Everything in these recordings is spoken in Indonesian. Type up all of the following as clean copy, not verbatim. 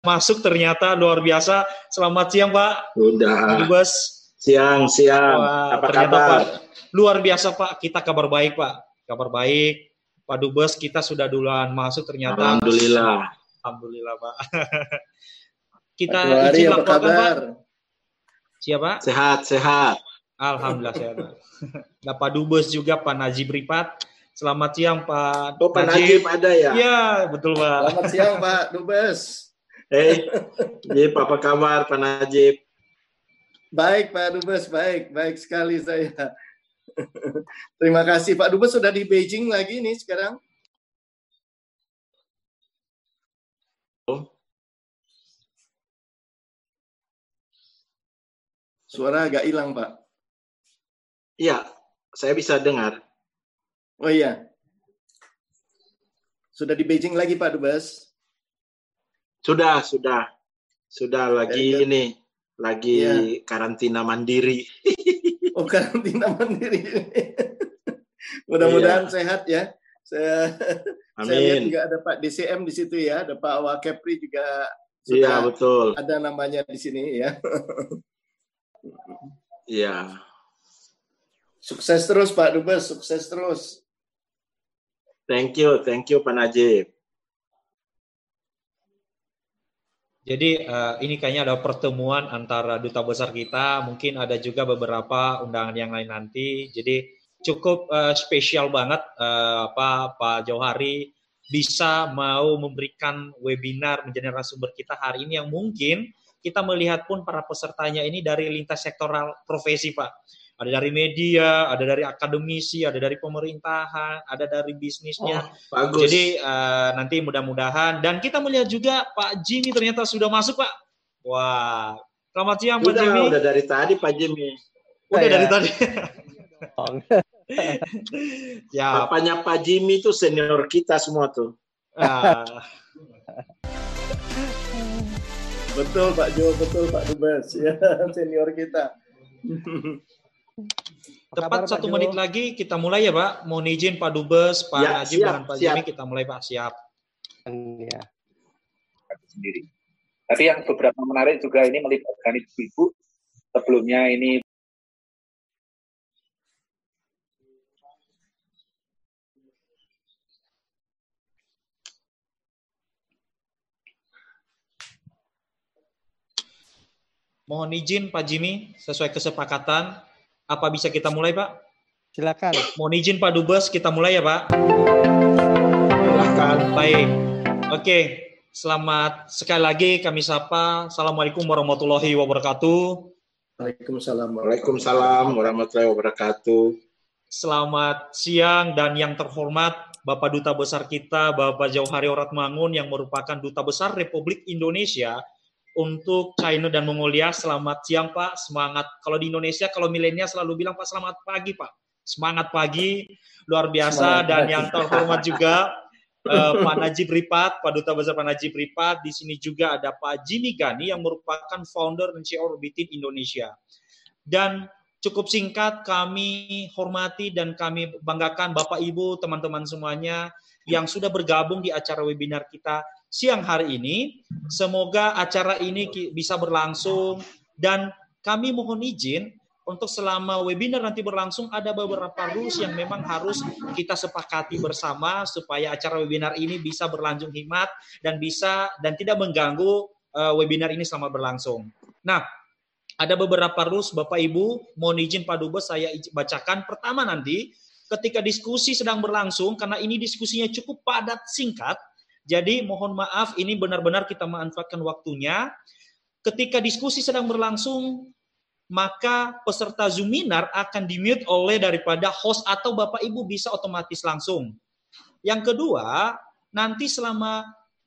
masuk ternyata luar biasa. Selamat siang Pak. Sudah. Pak Dubes. Siang. Wah, Apa ternyata kabar? Pak, luar biasa Pak. Kita kabar baik Pak. Kabar baik. Pak Dubes kita sudah duluan masuk ternyata. Alhamdulillah. Alhamdulillah Pak. Kita Pak izin apa laporkan kabar? Pak. Siapa? Sehat. Alhamdulillah sehat. Nah, Pak Dubes juga Pak Najib Ripat. Selamat siang Pak. Pak Najib ada ya? Iya, betul Pak. Selamat siang Pak Dubes. Jip, apa kabar Pak Najib? Baik Pak Dubes, baik sekali saya. Terima kasih Pak Dubes, sudah di Beijing lagi nih sekarang. Suara agak hilang Pak. Iya, saya bisa dengar. Oh iya. Sudah di Beijing lagi Pak Dubes? Sudah lagi ini, karantina mandiri. Oh, karantina mandiri. Mudah-mudahan sehat ya. Saya lihat juga ada Pak DCM di situ ya, ada Pak Wakepri juga sudah betul. Ada namanya di sini ya. Iya. Sukses terus Pak Dubes, sukses terus. Thank you Pak Najib. Jadi ini kayaknya ada pertemuan antara duta besar kita, mungkin ada juga beberapa undangan yang lain nanti. Jadi cukup spesial banget Pak Johari bisa mau memberikan webinar menjadi narasumber kita hari ini yang mungkin kita melihat pun para pesertanya ini dari lintas sektoral profesi Pak. Ada dari media, ada dari akademisi, ada dari pemerintahan, ada dari bisnisnya. Bagus. Jadi nanti mudah-mudahan. Dan kita melihat juga Pak Jimmy ternyata sudah masuk Pak. Wah, selamat siang Pak Jimmy. Udah dari tadi Pak Jimmy. Udah dari tadi. Ya. Bapaknya Pak Jimmy itu senior kita semua tuh. Betul Pak Jo, betul Pak Dubes. Ya, senior kita. Tepat 1 menit lagi kita mulai ya Pak. Mohon izin Pak Dubes, Pak Najib dengan Pak Jimmy kita mulai Pak. Siap. Ya. Sendiri. Tapi yang beberapa menarik juga ini melibatkan ibu-ibu. Sebelumnya ini mohon izin Pak Jimmy, sesuai kesepakatan, apa bisa kita mulai Pak? Silakan. Mohon izin Pak Dubes, kita mulai ya Pak. Silakan. Baik. Oke, selamat sekali lagi kami sapa. Assalamualaikum warahmatullahi wabarakatuh. Waalaikumsalam warahmatullahi wabarakatuh. Selamat siang dan yang terhormat Bapak Duta Besar kita, Bapak Jauhari Oratmangun yang merupakan Duta Besar Republik Indonesia untuk China dan Mongolia. Selamat siang Pak, semangat. Kalau di Indonesia, kalau milenial selalu bilang Pak selamat pagi Pak. Semangat pagi, luar biasa. Dan yang terhormat juga Pak Najib Ripat, Pak Duta Besar Pak Najib Ripat. Di sini juga ada Pak Jimmy Gani yang merupakan founder dan CEO Orbitin Indonesia. Dan cukup singkat, kami hormati dan kami banggakan Bapak Ibu, teman-teman semuanya yang sudah bergabung di acara webinar kita siang hari ini. Semoga acara ini bisa berlangsung dan kami mohon izin untuk selama webinar nanti berlangsung ada beberapa rules yang memang harus kita sepakati bersama supaya acara webinar ini bisa berlangsung hikmat dan tidak mengganggu webinar ini selama berlangsung. Nah, ada beberapa rules Bapak Ibu, mohon izin Pak Dubes saya bacakan. Pertama nanti ketika diskusi sedang berlangsung, karena ini diskusinya cukup padat singkat, jadi mohon maaf ini benar-benar kita manfaatkan waktunya. Ketika diskusi sedang berlangsung, maka peserta Zoominar akan di-mute oleh daripada host atau Bapak Ibu bisa otomatis langsung. Yang kedua, nanti selama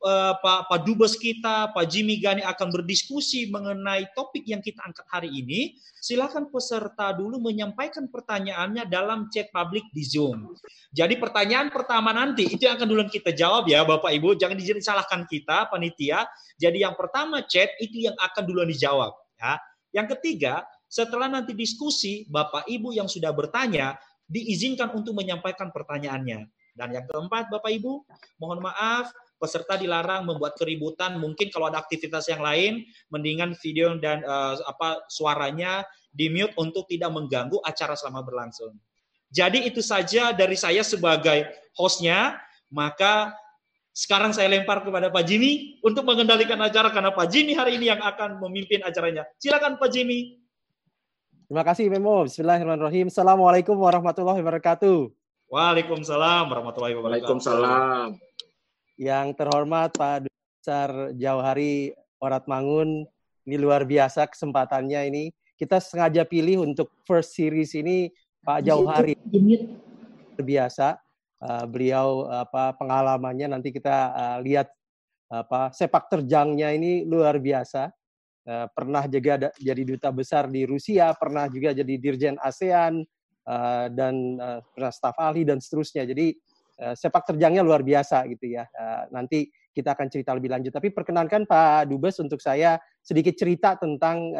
Pak Dubes kita, Pak Jimmy Gani akan berdiskusi mengenai topik yang kita angkat hari ini, silakan peserta dulu menyampaikan pertanyaannya dalam chat publik di Zoom. Jadi pertanyaan pertama nanti itu yang akan dulu kita jawab ya Bapak Ibu, jangan disalahkan kita panitia. Jadi yang pertama chat itu yang akan duluan dijawab ya. Yang ketiga, setelah nanti diskusi Bapak Ibu yang sudah bertanya diizinkan untuk menyampaikan pertanyaannya. Dan yang keempat Bapak Ibu, mohon maaf peserta dilarang membuat keributan. Mungkin kalau ada aktivitas yang lain, mendingan video dan suaranya di-mute untuk tidak mengganggu acara selama berlangsung. Jadi itu saja dari saya sebagai hostnya. Maka sekarang saya lempar kepada Pak Jimmy untuk mengendalikan acara, karena Pak Jimmy hari ini yang akan memimpin acaranya. Silakan Pak Jimmy. Terima kasih Memo. Bismillahirrahmanirrahim. Assalamualaikum warahmatullahi wabarakatuh. Waalaikumsalam warahmatullahi wabarakatuh. Waalaikumsalam. Yang terhormat Pak Duta Besar Jauhari Oratmangun, ini luar biasa kesempatannya ini. Kita sengaja pilih untuk first series ini Pak Jauhari. Luar biasa. Beliau pengalamannya nanti kita lihat sepak terjangnya ini luar biasa. Pernah juga jadi duta besar di Rusia, pernah juga jadi dirjen ASEAN, dan pernah staf ahli dan seterusnya. Jadi sepak terjangnya luar biasa gitu ya. Nanti kita akan cerita lebih lanjut. Tapi perkenankan Pak Dubes untuk saya sedikit cerita tentang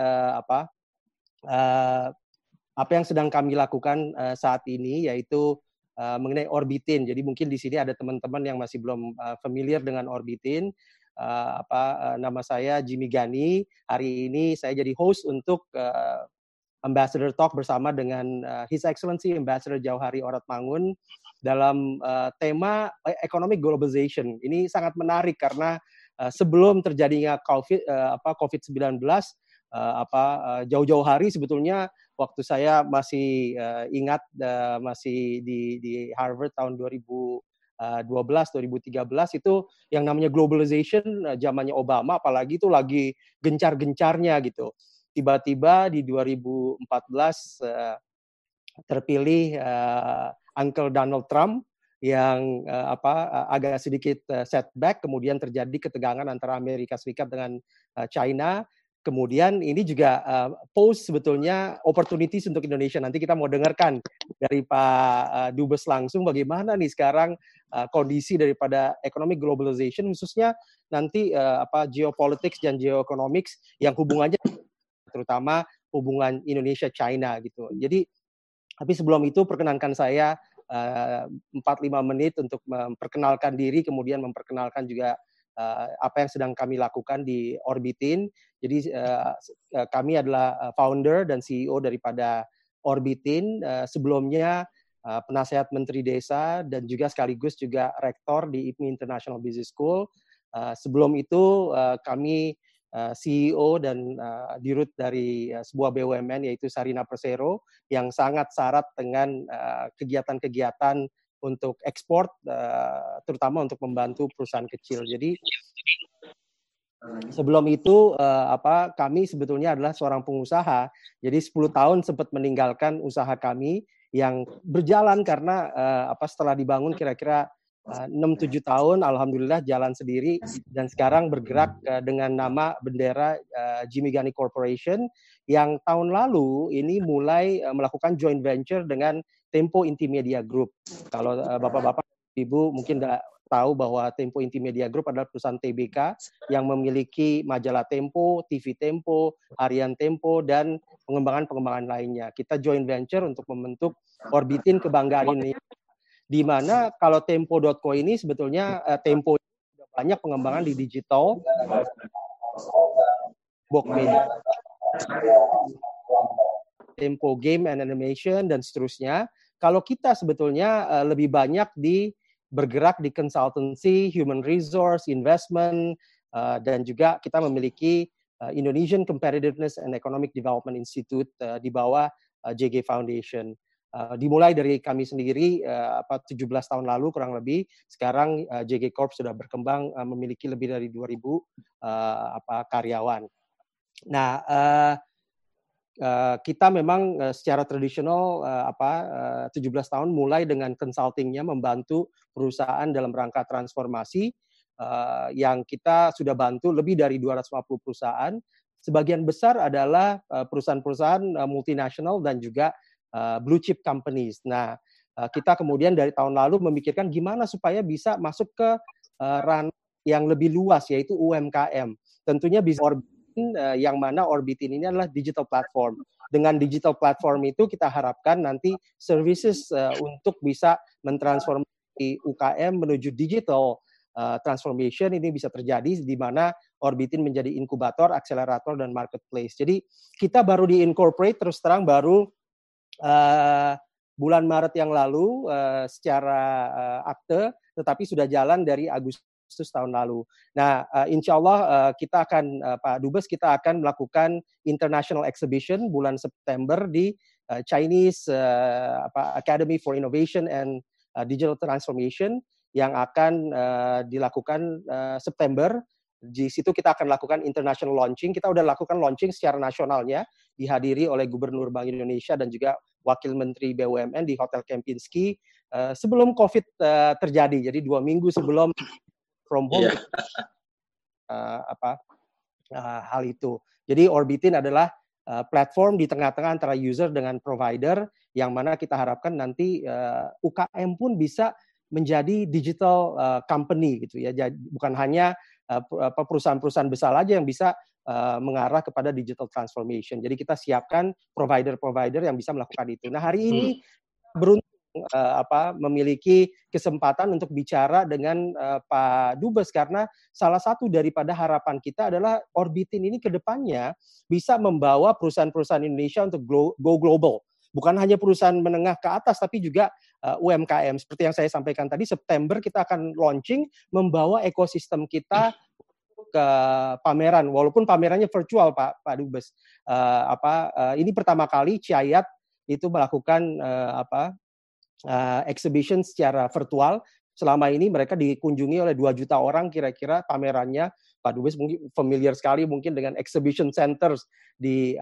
apa yang sedang kami lakukan saat ini, yaitu mengenai Orbitin. Jadi mungkin di sini ada teman-teman yang masih belum familiar dengan Orbitin. Nama saya Jimmy Gani. Hari ini saya jadi host untuk Ambassador Talk bersama dengan His Excellency Ambassador Jauhari Oratmangun dalam tema Economic Globalization. Ini sangat menarik karena sebelum terjadinya COVID-19, jauh-jauh hari sebetulnya waktu saya masih ingat masih di Harvard tahun 2012-2013 itu yang namanya globalization zamannya Obama, apalagi itu lagi gencar-gencarnya gitu. Tiba-tiba di 2014 terpilih Uncle Donald Trump yang agak sedikit setback, kemudian terjadi ketegangan antara Amerika Serikat dengan China. Kemudian ini juga pose sebetulnya opportunities untuk Indonesia. Nanti kita mau dengarkan dari Pak Dubes langsung bagaimana nih sekarang kondisi daripada economic globalization, khususnya nanti geopolitics dan geoeconomics yang hubungannya terutama hubungan Indonesia-China gitu. Jadi, tapi sebelum itu perkenankan saya 4-5 menit untuk memperkenalkan diri, kemudian memperkenalkan juga apa yang sedang kami lakukan di Orbitin. Jadi kami adalah founder dan CEO daripada Orbitin. Sebelumnya penasehat Menteri Desa dan juga sekaligus juga rektor di IPMI International Business School. Sebelum itu kami CEO dan dirut dari sebuah BUMN yaitu Sarina Persero yang sangat syarat dengan kegiatan-kegiatan untuk ekspor, terutama untuk membantu perusahaan kecil. Jadi sebelum itu kami sebetulnya adalah seorang pengusaha. Jadi 10 tahun sempat meninggalkan usaha kami yang berjalan karena setelah dibangun kira-kira 6-7 tahun, alhamdulillah jalan sendiri dan sekarang bergerak dengan nama bendera Jimmy Gani Corporation yang tahun lalu ini mulai melakukan joint venture dengan Tempo Intimedia Group. Kalau bapak-bapak, ibu mungkin tahu bahwa Tempo Intimedia Group adalah perusahaan TBK yang memiliki majalah Tempo, TV Tempo, harian Tempo, dan pengembangan-pengembangan lainnya. Kita joint venture untuk membentuk Orbitin Kebanggaan ini. Di mana kalau Tempo.co ini sebetulnya Tempo sudah banyak pengembangan di digital, box media, Tempo game and animation dan seterusnya. Kalau kita sebetulnya lebih banyak bergerak di consultancy, human resource, investment, dan juga kita memiliki Indonesian Competitiveness and Economic Development Institute di bawah JG Foundation. Dimulai dari kami sendiri 17 tahun lalu kurang lebih. Sekarang JG Corp sudah berkembang memiliki lebih dari 2.000 karyawan. Nah, kita memang secara tradisional 17 tahun mulai dengan consultingnya membantu perusahaan dalam rangka transformasi yang kita sudah bantu lebih dari 250 perusahaan. Sebagian besar adalah perusahaan-perusahaan multinasional dan juga blue chip companies. Nah, kita kemudian dari tahun lalu memikirkan gimana supaya bisa masuk ke ranah yang lebih luas, yaitu UMKM. Tentunya bisa Orbitin, yang mana Orbitin ini adalah digital platform. Dengan digital platform itu kita harapkan nanti services untuk bisa mentransformasi UKM menuju digital transformation ini bisa terjadi di mana Orbitin menjadi inkubator, akselerator, dan marketplace. Jadi kita baru di-incorporate terus terang baru bulan Maret yang lalu secara akte, tetapi sudah jalan dari Agustus tahun lalu. Nah, insya Allah kita akan, Pak Dubes, kita akan melakukan International Exhibition bulan September di Chinese Academy for Innovation and Digital Transformation yang akan dilakukan September. Di situ kita akan lakukan international launching. Kita udah lakukan launching secara nasionalnya, dihadiri oleh Gubernur Bank Indonesia dan juga Wakil Menteri BUMN di Hotel Kempinski sebelum COVID terjadi. Jadi 2 minggu sebelum from home hal itu. Jadi Orbitin adalah platform di tengah-tengah antara user dengan provider yang mana kita harapkan nanti UKM pun bisa menjadi digital company gitu ya. Jadi bukan hanya perusahaan-perusahaan besar aja yang bisa mengarah kepada digital transformation. Jadi kita siapkan provider-provider yang bisa melakukan itu. Nah, hari ini beruntung memiliki kesempatan untuk bicara dengan Pak Dubes karena salah satu daripada harapan kita adalah Orbitin ini ke depannya bisa membawa perusahaan-perusahaan Indonesia untuk go global. Bukan hanya perusahaan menengah ke atas, tapi juga UMKM. Seperti yang saya sampaikan tadi, September kita akan launching, membawa ekosistem kita ke pameran. Walaupun pamerannya virtual, Pak Dubes. Ini pertama kali Ciayat itu melakukan exhibition secara virtual. Selama ini mereka dikunjungi oleh 2 juta orang kira-kira pamerannya. Pak Dubes mungkin familiar sekali mungkin dengan exhibition centers di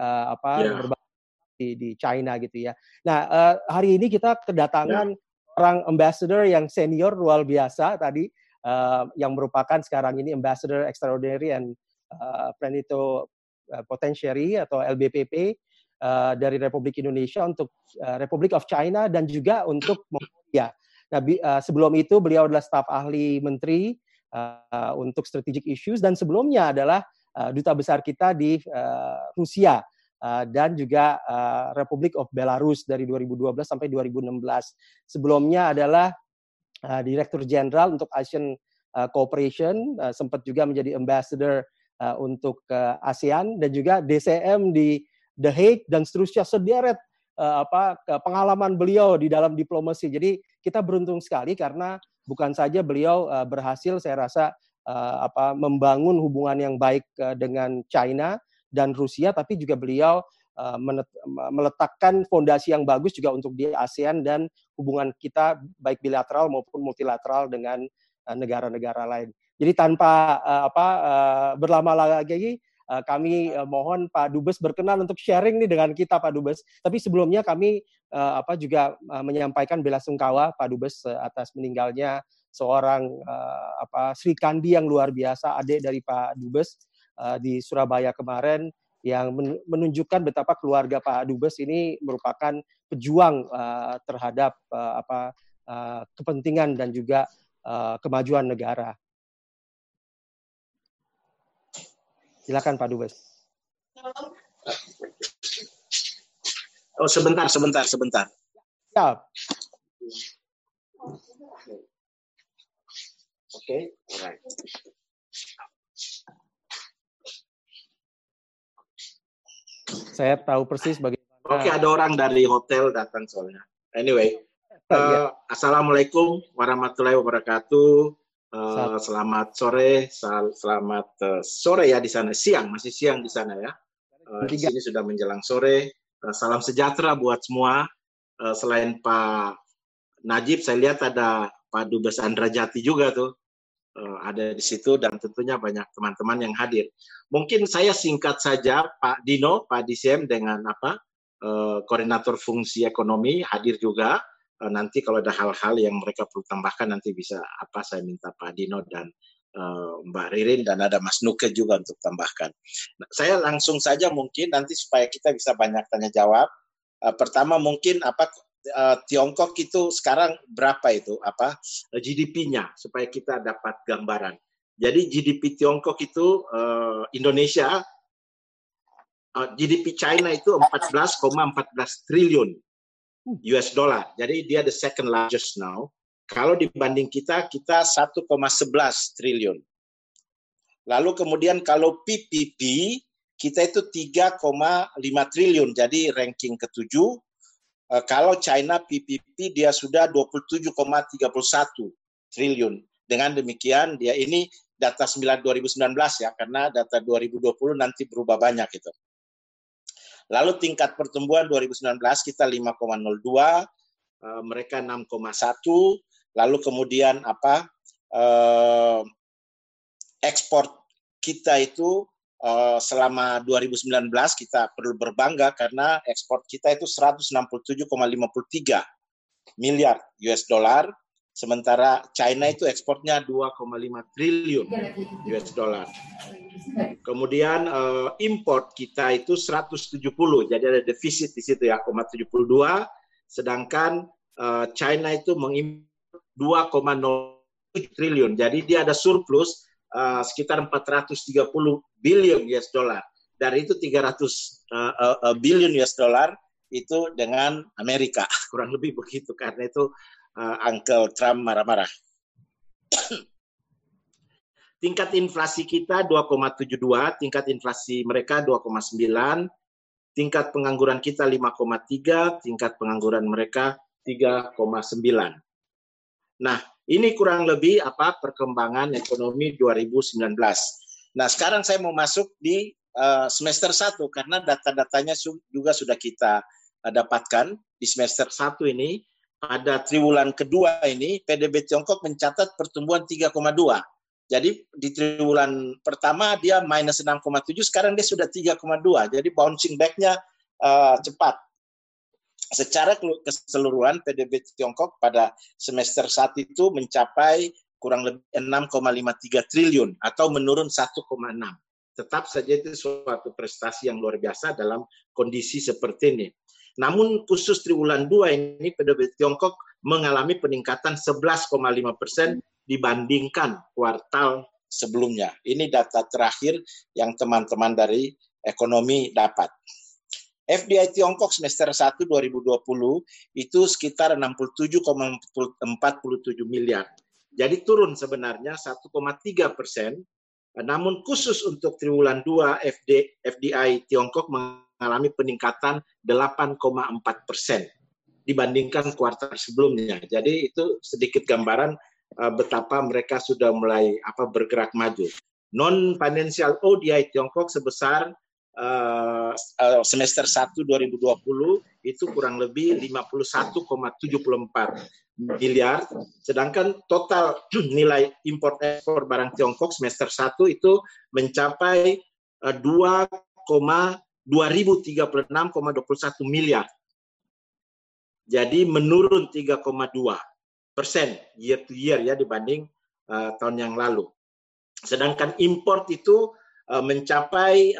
di China gitu ya. Nah, hari ini kita kedatangan orang ambassador yang senior luar biasa tadi, yang merupakan sekarang ini ambassador extraordinary and plenipotentiary atau LBPP dari Republik Indonesia untuk Republic of China dan juga untuk Mongolia. Nah, sebelum itu beliau adalah staf ahli menteri untuk strategic issues dan sebelumnya adalah duta besar kita di Rusia. Dan juga Republic of Belarus dari 2012 sampai 2016. Sebelumnya adalah Direktur Jenderal untuk Asian Cooperation, sempat juga menjadi ambassador untuk ASEAN dan juga DCM di The Hague dan seterusnya sederet pengalaman beliau di dalam diplomasi. Jadi kita beruntung sekali karena bukan saja beliau berhasil saya rasa membangun hubungan yang baik dengan China dan Rusia, tapi juga beliau meletakkan fondasi yang bagus juga untuk di ASEAN dan hubungan kita baik bilateral maupun multilateral dengan negara-negara lain. Jadi tanpa berlama-lama lagi, kami mohon Pak Dubes berkenan untuk sharing nih dengan kita, Pak Dubes. Tapi sebelumnya kami juga menyampaikan belasungkawa Pak Dubes atas meninggalnya seorang Sri Kandi yang luar biasa, adik dari Pak Dubes. Di Surabaya kemarin yang menunjukkan betapa keluarga Pak Dubes ini merupakan pejuang terhadap kepentingan dan juga kemajuan negara. Silakan Pak Dubes. Oh, sebentar. Siap. Oke, alright. Saya tahu persis bagaimana. Oke, ada orang dari hotel datang soalnya. Anyway, Assalamualaikum warahmatullahi wabarakatuh. Selamat sore, selamat sore ya di sana. Masih siang di sana ya. Di sini sudah menjelang sore. Salam sejahtera buat semua. Selain Pak Najib, saya lihat ada Pak Dubes Andra Jati juga tuh. Ada di situ dan tentunya banyak teman-teman yang hadir. Mungkin saya singkat saja Pak Dino, Pak DCM dengan koordinator fungsi ekonomi hadir juga. Nanti kalau ada hal-hal yang mereka perlu tambahkan nanti bisa saya minta Pak Dino dan Mbak Ririn dan ada Mas Nuke juga untuk tambahkan. Nah, saya langsung saja mungkin nanti supaya kita bisa banyak tanya jawab. Pertama mungkin Tiongkok itu sekarang berapa itu GDP-nya supaya kita dapat gambaran. Jadi GDP Tiongkok itu Indonesia GDP China itu 14,14 triliun US dollar. Jadi dia the second largest now. Kalau dibanding kita 1,11 triliun. Lalu kemudian kalau PPP, kita itu 3,5 triliun, jadi ranking ke-7. Kalau China PPP dia sudah 27,31 triliun. Dengan demikian dia ini data 2019 ya, karena data 2020 nanti berubah banyak itu. Lalu tingkat pertumbuhan 2019 kita 5,02, mereka 6,1. Lalu kemudian ekspor kita itu selama 2019 kita perlu berbangga karena ekspor kita itu 167,53 miliar US dollar, sementara China itu ekspornya 2,5 triliun US dollar. Kemudian import kita itu 170, jadi ada defisit di situ ya, 0,72, sedangkan China itu mengimpor 2,07 triliun, jadi dia ada surplus sekitar 430 billion US dollar. Dari itu 300 billion US dollar itu dengan Amerika, kurang lebih begitu, karena itu Uncle Trump marah-marah. Tingkat inflasi kita 2,72, tingkat inflasi mereka 2,9, tingkat pengangguran kita 5,3, tingkat pengangguran mereka 3,9. Nah, ini kurang lebih perkembangan ekonomi 2019. Nah, sekarang saya mau masuk di semester 1 karena data-datanya juga sudah kita dapatkan di semester 1 ini. Pada triwulan kedua ini PDB Tiongkok mencatat pertumbuhan 3,2. Jadi di triwulan pertama dia minus 6,7, sekarang dia sudah 3,2. Jadi bouncing back-nya cepat. Secara keseluruhan PDB Tiongkok pada semester 1 itu mencapai kurang lebih 6,53 triliun atau menurun 1,6. Tetap saja itu suatu prestasi yang luar biasa dalam kondisi seperti ini. Namun khusus triwulan 2 ini PDB Tiongkok mengalami peningkatan 11,5% dibandingkan kuartal sebelumnya. Ini data terakhir yang teman-teman dari ekonomi dapat. FDI Tiongkok semester 1 2020 itu sekitar 67,47 miliar. Jadi turun sebenarnya 1,3%. Namun khusus untuk triwulan 2 FDI Tiongkok mengalami peningkatan 8,4% dibandingkan kuartal sebelumnya. Jadi itu sedikit gambaran betapa mereka sudah mulai bergerak maju. Non financial ODI Tiongkok sebesar semester 1 2020 itu kurang lebih 51,74 miliar, sedangkan total nilai import ekspor barang Tiongkok semester 1 itu mencapai 2036,21 miliar. Jadi menurun 3,2% year to year ya dibanding tahun yang lalu. Sedangkan import itu mencapai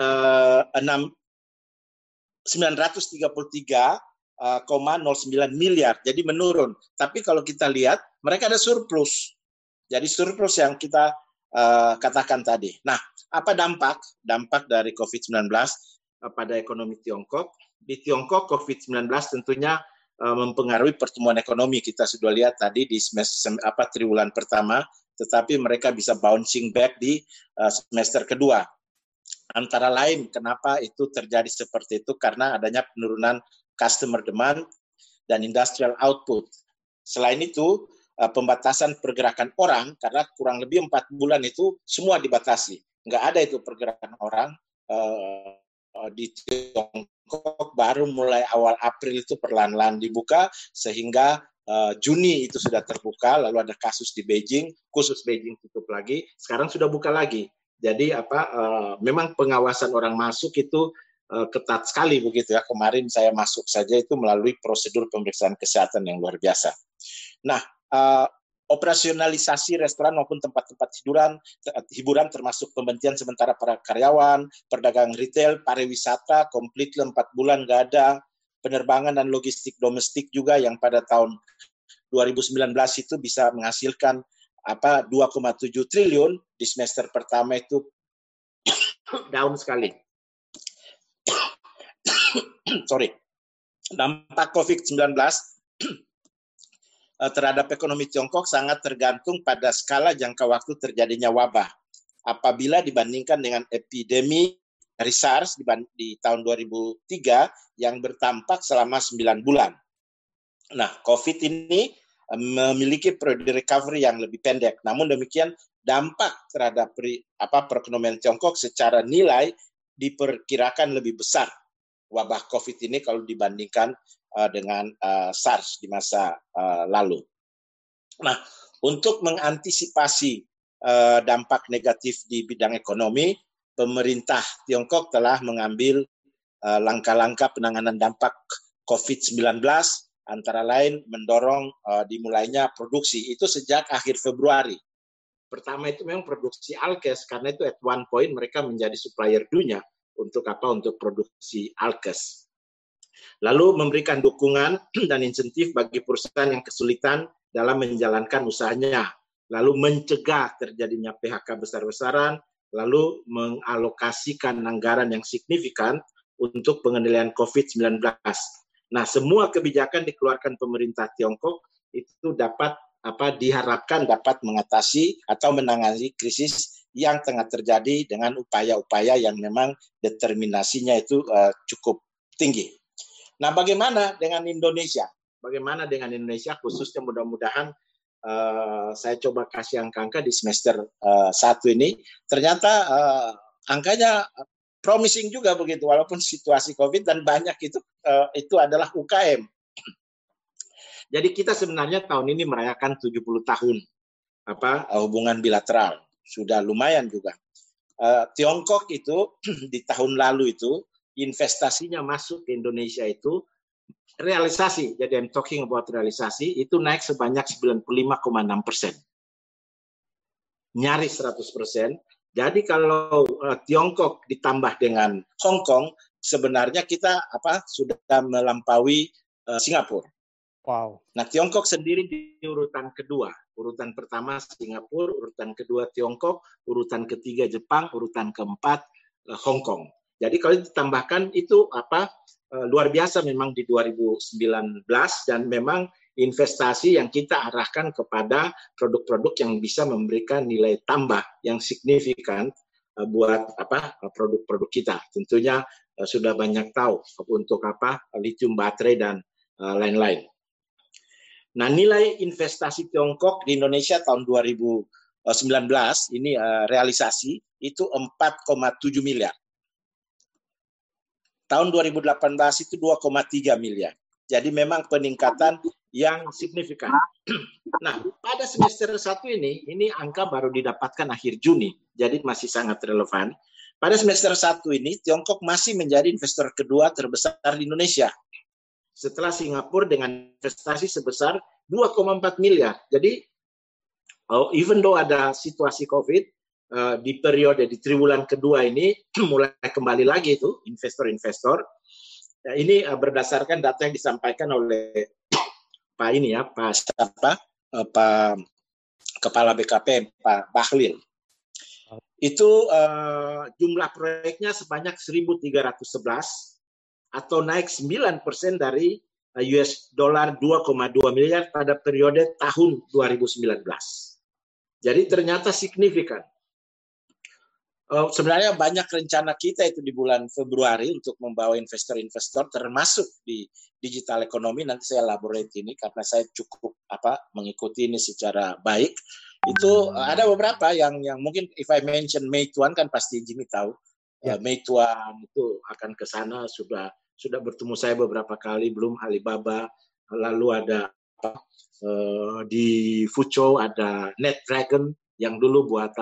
933,09 miliar, jadi menurun. Tapi kalau kita lihat, mereka ada surplus. Jadi surplus yang kita katakan tadi. Nah, apa dampak dari COVID-19 pada ekonomi Tiongkok? Di Tiongkok, COVID-19 tentunya mempengaruhi pertumbuhan ekonomi. Kita sudah lihat tadi di triwulan pertama, tetapi mereka bisa bouncing back di semester kedua. Antara lain kenapa itu terjadi seperti itu, karena adanya penurunan customer demand dan industrial output. Selain itu, pembatasan pergerakan orang, karena kurang lebih 4 bulan itu semua dibatasi. Nggak ada itu pergerakan orang di Tiongkok, baru mulai awal April itu perlahan-lahan dibuka, sehingga Juni itu sudah terbuka, lalu ada kasus di Beijing, khusus Beijing tutup lagi, sekarang sudah buka lagi. Jadi memang pengawasan orang masuk itu ketat sekali begitu ya. Kemarin saya masuk saja itu melalui prosedur pemeriksaan kesehatan yang luar biasa. Nah, operasionalisasi restoran maupun tempat-tempat hiburan termasuk pemberhentian sementara para karyawan, perdagangan retail, pariwisata, komplit 4 bulan nggak ada. Penerbangan dan logistik domestik juga yang pada tahun 2019 itu bisa menghasilkan 2,7 triliun, di semester pertama itu down sekali. Sorry. Dampak COVID-19 terhadap ekonomi Tiongkok sangat tergantung pada skala jangka waktu terjadinya wabah. Apabila dibandingkan dengan epidemi dari SARS di tahun 2003 yang bertampak selama 9 bulan. Nah, COVID ini memiliki periode recovery yang lebih pendek. Namun demikian, dampak terhadap perekonomian Tiongkok secara nilai diperkirakan lebih besar wabah COVID ini kalau dibandingkan dengan SARS di masa lalu. Nah, untuk mengantisipasi dampak negatif di bidang ekonomi, pemerintah Tiongkok telah mengambil langkah-langkah penanganan dampak COVID-19, antara lain mendorong dimulainya produksi. Itu sejak akhir Februari. Pertama itu memang produksi alkes, karena itu at one point mereka menjadi supplier dunia untuk produksi alkes. Lalu memberikan dukungan dan insentif bagi perusahaan yang kesulitan dalam menjalankan usahanya. Lalu mencegah terjadinya PHK besar-besaran, lalu mengalokasikan anggaran yang signifikan untuk pengendalian COVID-19. Nah, semua kebijakan dikeluarkan pemerintah Tiongkok itu diharapkan dapat mengatasi atau menangani krisis yang tengah terjadi dengan upaya-upaya yang memang determinasinya itu cukup tinggi. Nah, bagaimana dengan Indonesia? Bagaimana dengan Indonesia khususnya mudah-mudahan saya coba kasih angka-angka di semester 1 ini. Ternyata angkanya promising juga begitu, walaupun situasi COVID dan banyak itu adalah UKM. Jadi kita sebenarnya tahun ini merayakan 70 tahun hubungan bilateral. Sudah lumayan juga. Tiongkok itu di tahun lalu itu investasinya masuk ke Indonesia itu realisasi. Jadi I'm talking about realisasi itu naik sebanyak 95,6%. Nyaris 100%. Jadi kalau Tiongkok ditambah dengan Hong Kong, sebenarnya kita sudah melampaui Singapura. Wow. Nah, Tiongkok sendiri di urutan kedua. Urutan pertama Singapura, urutan kedua Tiongkok, urutan ketiga Jepang, urutan keempat Hong Kong. Jadi kalau ditambahkan itu luar biasa memang di 2019 dan memang investasi yang kita arahkan kepada produk-produk yang bisa memberikan nilai tambah yang signifikan buat produk-produk kita. Tentunya sudah banyak tahu untuk lithium baterai dan lain-lain. Nah, nilai investasi Tiongkok di Indonesia tahun 2019 ini realisasi itu 4,7 miliar. Tahun 2018 itu 2,3 miliar. Jadi memang peningkatan yang signifikan. Nah, pada semester 1 ini angka baru didapatkan akhir Juni, jadi masih sangat relevan. Pada semester 1 ini, Tiongkok masih menjadi investor kedua terbesar di Indonesia. Setelah Singapura dengan investasi sebesar 2,4 miliar. Jadi, even though ada situasi COVID, di periode di triwulan kedua ini mulai kembali lagi itu investor-investor. Nah, ini berdasarkan data yang disampaikan oleh Pak Kepala BKPM, Pak Bahlil. Itu jumlah proyeknya sebanyak 1.311 atau naik 9% dari US dollar 2,2 miliar pada periode tahun 2019. Jadi ternyata signifikan. Sebenarnya banyak rencana kita itu di bulan Februari untuk membawa investor-investor termasuk di digital ekonomi. Nanti saya elaborate ini karena saya cukup mengikuti ini secara baik. Itu ada beberapa yang mungkin if I mention Meituan kan pasti Jimmy tahu. Yeah. Meituan itu akan ke sana sudah bertemu saya beberapa kali, belum Alibaba, lalu ada di Fuzhou ada NetDragon yang dulu buat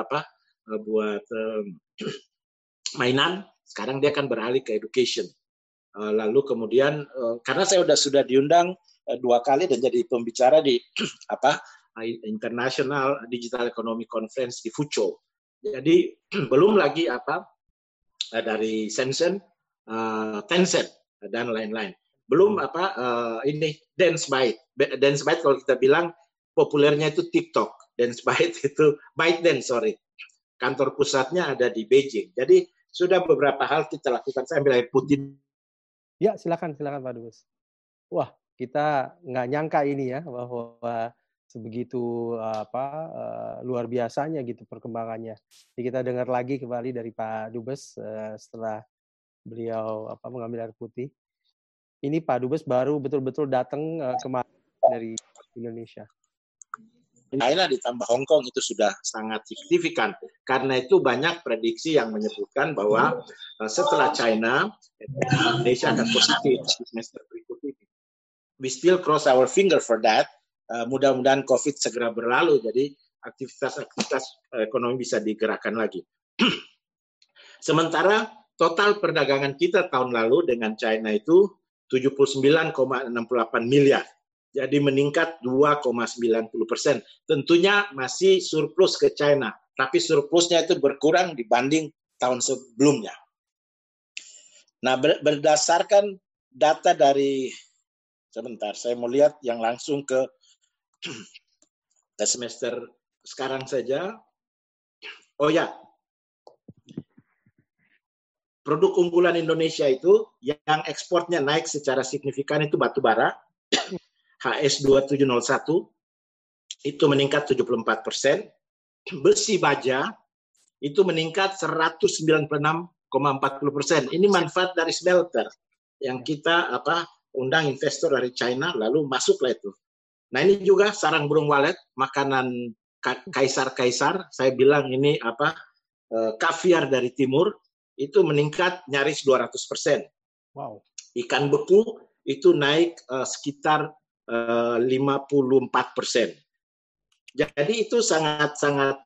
mainan, sekarang dia akan beralih ke education. Lalu kemudian karena saya sudah diundang 2 kali dan jadi pembicara di International Digital Economy Conference di Fuzhou. Jadi belum lagi dari Tencent dan lain-lain. Belum ini Dance Byte. Dance Byte kalau kita bilang populernya itu TikTok. Dance Byte itu ByteDance, sorry. Kantor pusatnya ada di Beijing. Jadi sudah beberapa hal kita lakukan. Saya ambil air putih. Ya, silakan Pak Dubes. Wah, kita nggak nyangka ini ya bahwa sebegitu luar biasanya gitu perkembangannya. Jadi kita dengar lagi kembali dari Pak Dubes setelah beliau mengambil air putih. Ini Pak Dubes baru betul-betul datang kemarin dari Indonesia. China ditambah Hong Kong itu sudah sangat signifikan. Karena itu banyak prediksi yang menyebutkan bahwa setelah China, Indonesia akan positif di semester berikut ini. We still cross our finger for that. Mudah-mudahan COVID segera berlalu, jadi aktivitas ekonomi bisa digerakkan lagi. Sementara total perdagangan kita tahun lalu dengan China itu 79,68 miliar. Jadi meningkat 2,90%. Tentunya masih surplus ke China, tapi surplusnya itu berkurang dibanding tahun sebelumnya. Nah, berdasarkan data dari, sebentar, saya mau lihat yang langsung ke semester sekarang saja. Oh ya, produk unggulan Indonesia itu yang ekspornya naik secara signifikan itu batu bara, HS2701, itu meningkat 74%. Besi baja itu meningkat 196,40%. Ini manfaat dari smelter yang kita undang investor dari China, lalu masuklah itu. Nah, ini juga sarang burung walet, makanan kaisar-kaisar. Saya bilang ini kaviar dari timur itu meningkat nyaris 200%. Wow. Ikan beku itu naik sekitar 54%. Jadi itu sangat-sangat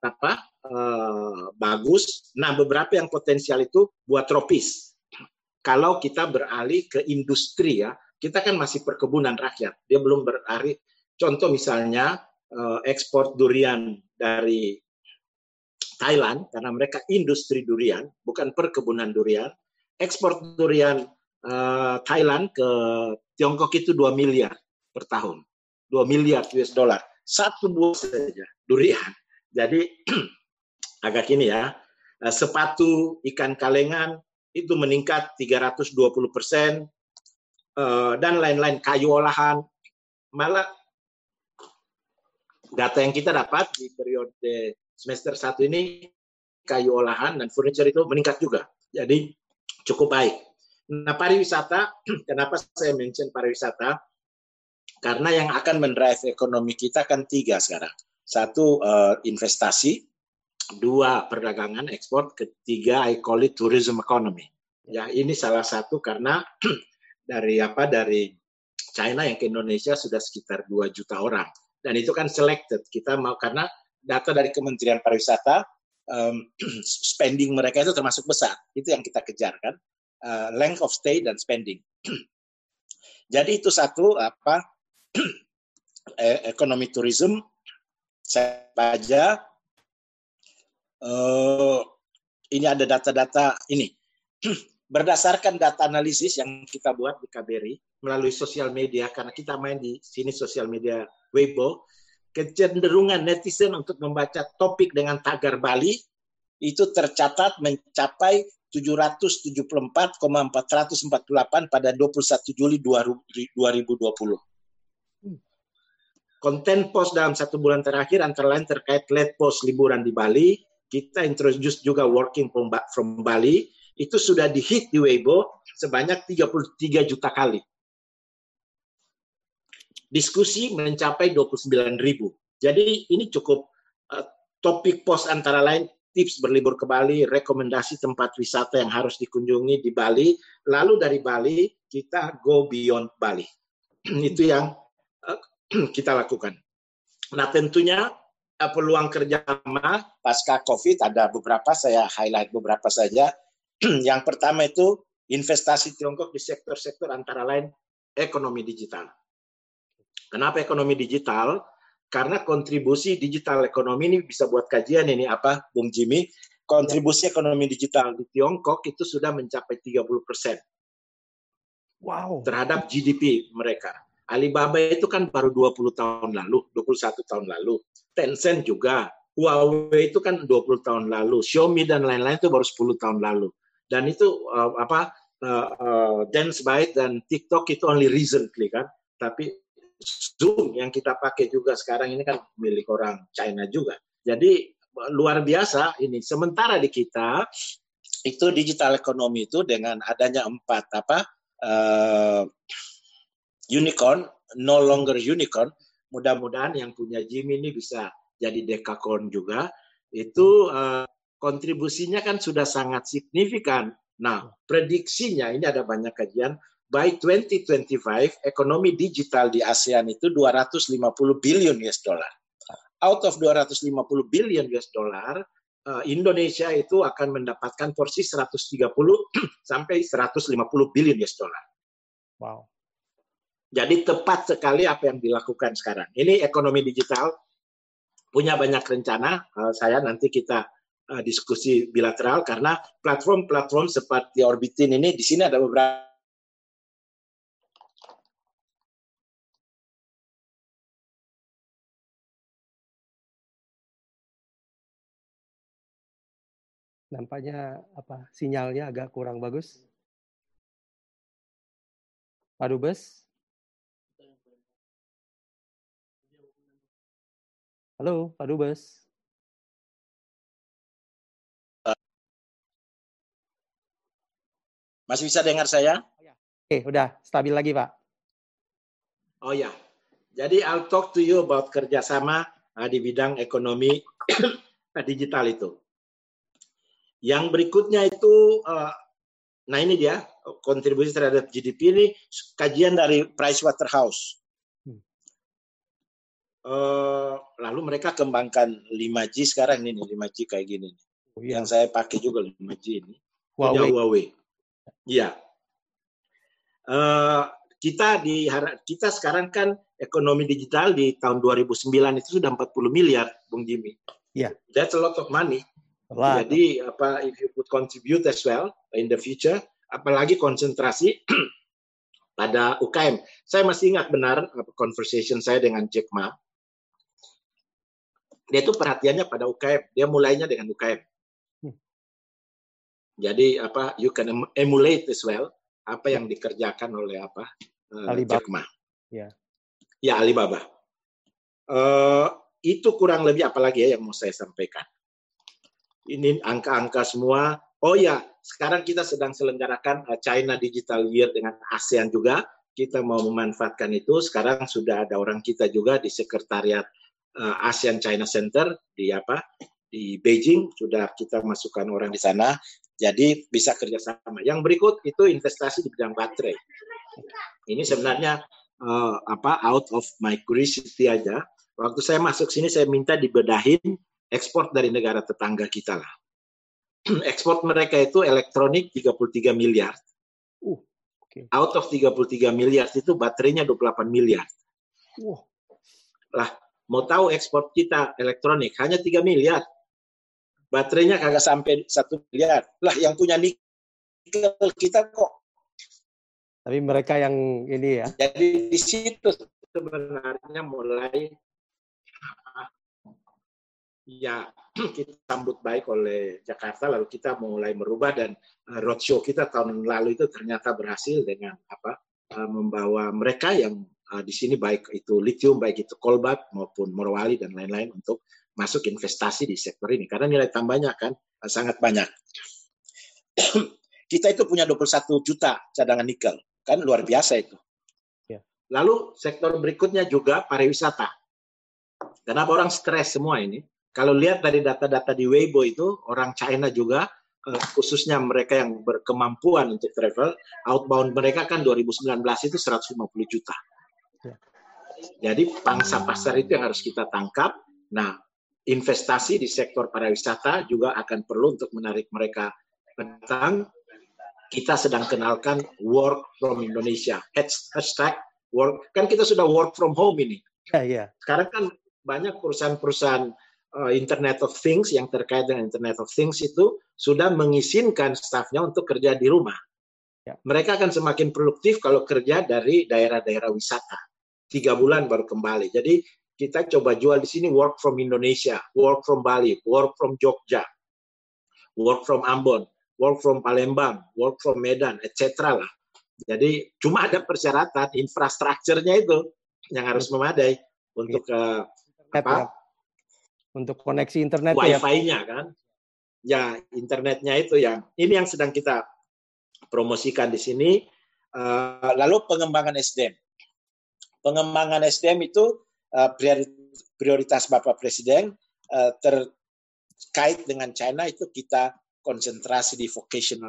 bagus. Nah, beberapa yang potensial itu buat tropis. Kalau kita beralih ke industri ya, kita kan masih perkebunan rakyat. Dia belum beralih. Contoh misalnya ekspor durian dari Thailand, karena mereka industri durian, bukan perkebunan durian. Ekspor durian Thailand ke Tiongkok itu 2 miliar per tahun. 2 miliar US dollar. Satu buah saja, durian. Jadi agak ini ya, sepatu ikan kalengan itu meningkat 320%, dan lain-lain, kayu olahan. Malah data yang kita dapat di periode semester 1 ini, kayu olahan dan furniture itu meningkat juga. Jadi cukup baik. Nah, pariwisata, kenapa saya mention pariwisata? Karena yang akan mendrive ekonomi kita kan 3 sekarang. 1, investasi. 2, perdagangan, ekspor. 3, I call it tourism economy. Ya, ini salah satu karena dari China yang ke Indonesia sudah sekitar 2 juta orang. Dan itu kan selected. Kita mau, karena data dari Kementerian Pariwisata, spending mereka itu termasuk besar. Itu yang kita kejar kan. Length of stay dan spending. Jadi itu satu ekonomi tourism. Saya baca ini ada data-data ini. Berdasarkan data analisis yang kita buat di KBRI melalui sosial media, karena kita main di sini sosial media Weibo, kecenderungan netizen untuk membaca topik dengan tagar Bali itu tercatat mencapai 774,448 pada 21 Juli 2020. Konten post dalam 1 bulan terakhir antara lain terkait late post liburan di Bali. Kita introduce juga working from Bali. Itu sudah di-hit di Weibo sebanyak 33 juta kali. Diskusi mencapai 29.000. Jadi ini cukup topik post antara lain tips berlibur ke Bali, rekomendasi tempat wisata yang harus dikunjungi di Bali. Lalu dari Bali kita go beyond Bali. Itu yang kita lakukan. Nah, tentunya peluang kerjasama pasca COVID ada beberapa, saya highlight beberapa saja. Yang pertama itu investasi Tiongkok di sektor-sektor antara lain ekonomi digital. Kenapa ekonomi digital? Karena kontribusi digital ekonomi ini bisa buat kajian ini Bung Jimmy. Kontribusi ekonomi digital di Tiongkok itu sudah mencapai 30%. Wow. Terhadap GDP mereka. Alibaba itu kan baru 20 tahun lalu, 21 tahun lalu. Tencent juga. Huawei itu kan 20 tahun lalu. Xiaomi dan lain-lain itu baru 10 tahun lalu. Dan itu Dance Byte dan TikTok itu only recently kan. tapi Zoom yang kita pakai juga sekarang ini kan milik orang China juga. Jadi luar biasa ini. Sementara di kita itu digital ekonomi itu dengan adanya 4 unicorn, no longer unicorn. Mudah-mudahan yang punya Jim ini bisa jadi dekakorn juga. Itu kontribusinya kan sudah sangat signifikan. Nah, prediksinya ini ada banyak kajian. By 2025, ekonomi digital di ASEAN itu 250 billion US dollar. Out of 250 billion US dollar, Indonesia itu akan mendapatkan porsi 130 sampai 150 billion US dollar. Wow. Jadi tepat sekali apa yang dilakukan sekarang. Ini ekonomi digital punya banyak rencana. Saya nanti kita diskusi bilateral karena platform-platform seperti Orbitin ini di sini ada beberapa. Nampaknya sinyalnya agak kurang bagus. Pak Dubes? Halo, Pak Dubes. Masih bisa dengar saya? Oke, udah stabil lagi, Pak. Oh ya, jadi I'll talk to you about kerjasama di bidang ekonomi digital itu. Yang berikutnya itu, nah ini dia kontribusi terhadap GDP ini kajian dari Pricewaterhouse. Lalu mereka kembangkan 5G sekarang ini 5G kayak gini. Oh, iya. Yang saya pakai juga 5G ini. Huawei. Iya. Kita sekarang kan ekonomi digital di tahun 2009 itu sudah 40 miliar, Bung Jimmy. Iya. That's a lot of money. Jadi if you could contribute as well in the future, apalagi konsentrasi pada UKM. Saya masih ingat benar conversation saya dengan Jack Ma. Dia itu perhatiannya pada UKM. Dia mulainya dengan UKM. Jadi you can emulate as well apa yang dikerjakan oleh Jack Ma. Ya, Alibaba. Itu kurang lebih apalagi ya yang mau saya sampaikan. Ini angka-angka semua. Oh ya, sekarang kita sedang selenggarakan China Digital Year dengan ASEAN juga. Kita mau memanfaatkan itu. Sekarang sudah ada orang kita juga di sekretariat ASEAN China Center di Beijing. Sudah kita masukkan orang di sana. Jadi bisa kerjasama. Yang berikut itu investasi di bidang baterai. Ini sebenarnya out of my curiosity aja. Waktu saya masuk sini saya minta dibedahin ekspor dari negara tetangga kita lah. Ekspor mereka itu elektronik 33 miliar. Okay. Out of 33 miliar itu baterainya 28 miliar. Lah, mau tahu ekspor kita elektronik hanya 3 miliar. Baterainya kagak sampai 1 miliar. Lah, yang punya nikel kita kok. Tapi mereka yang ini ya. Jadi di situ sebenarnya mulai kita sambut baik oleh Jakarta, lalu kita mulai merubah dan roadshow kita tahun lalu itu ternyata berhasil dengan membawa mereka yang di sini baik itu lithium, baik itu cobalt maupun Morowali dan lain-lain untuk masuk investasi di sektor ini karena nilai tambahnya kan sangat banyak. Kita itu punya 21 juta cadangan nikel, kan luar biasa itu. Lalu sektor berikutnya juga pariwisata. Kenapa orang stres semua ini? Kalau lihat dari data-data di Weibo itu, orang China juga, khususnya mereka yang berkemampuan untuk travel, outbound mereka kan 2019 itu 150 juta. Jadi pangsa pasar itu yang harus kita tangkap. Nah, investasi di sektor pariwisata juga akan perlu untuk menarik mereka datang. Kita sedang kenalkan work from Indonesia. Hashtag work. Kan kita sudah work from home ini. Sekarang kan banyak perusahaan-perusahaan Internet of Things yang terkait dengan Internet of Things itu sudah mengizinkan stafnya untuk kerja di rumah. Mereka akan semakin produktif kalau kerja dari daerah-daerah wisata. 3 bulan baru kembali. Jadi kita coba jual di sini work from Indonesia, work from Bali, work from Jogja, work from Ambon, work from Palembang, work from Medan, etc. lah. Jadi cuma ada persyaratan infrastrukturnya itu yang harus memadai untuk untuk koneksi internet Wi-Fi-nya kan. Ya, internetnya itu ini yang sedang kita promosikan di sini. Lalu pengembangan SDM. Pengembangan SDM itu prioritas Bapak Presiden terkait dengan China itu kita konsentrasi di vocational,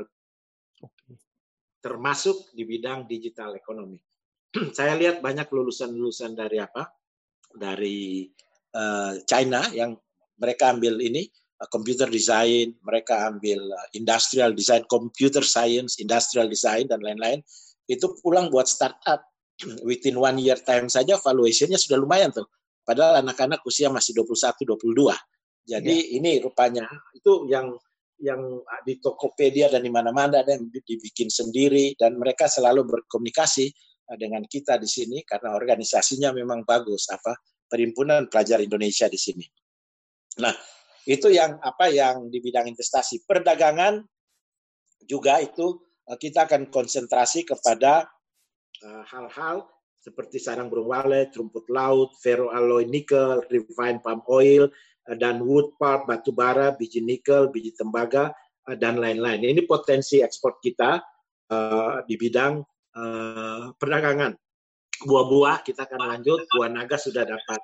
termasuk di bidang digital ekonomi. Saya lihat banyak lulusan-lulusan dari China yang mereka ambil ini computer design, mereka ambil industrial design, computer science, industrial design dan lain-lain. Itu pulang buat startup. Within 1 year time saja valuation-nya sudah lumayan tuh. Padahal anak-anak usia masih 21-22. Jadi ini rupanya itu yang di Tokopedia dan di mana-mana ada yang dibikin sendiri dan mereka selalu berkomunikasi dengan kita di sini karena organisasinya memang bagus Perhimpunan Pelajar Indonesia di sini. Nah, itu yang di bidang investasi. Perdagangan juga itu kita akan konsentrasi kepada hal-hal seperti sarang burung walet, rumput laut, ferroalloy nikel, refined palm oil, dan wood pulp, batu bara, biji nikel, biji tembaga, dan lain-lain. Ini potensi ekspor kita di bidang perdagangan. Buah-buah kita akan lanjut. Buah naga sudah dapat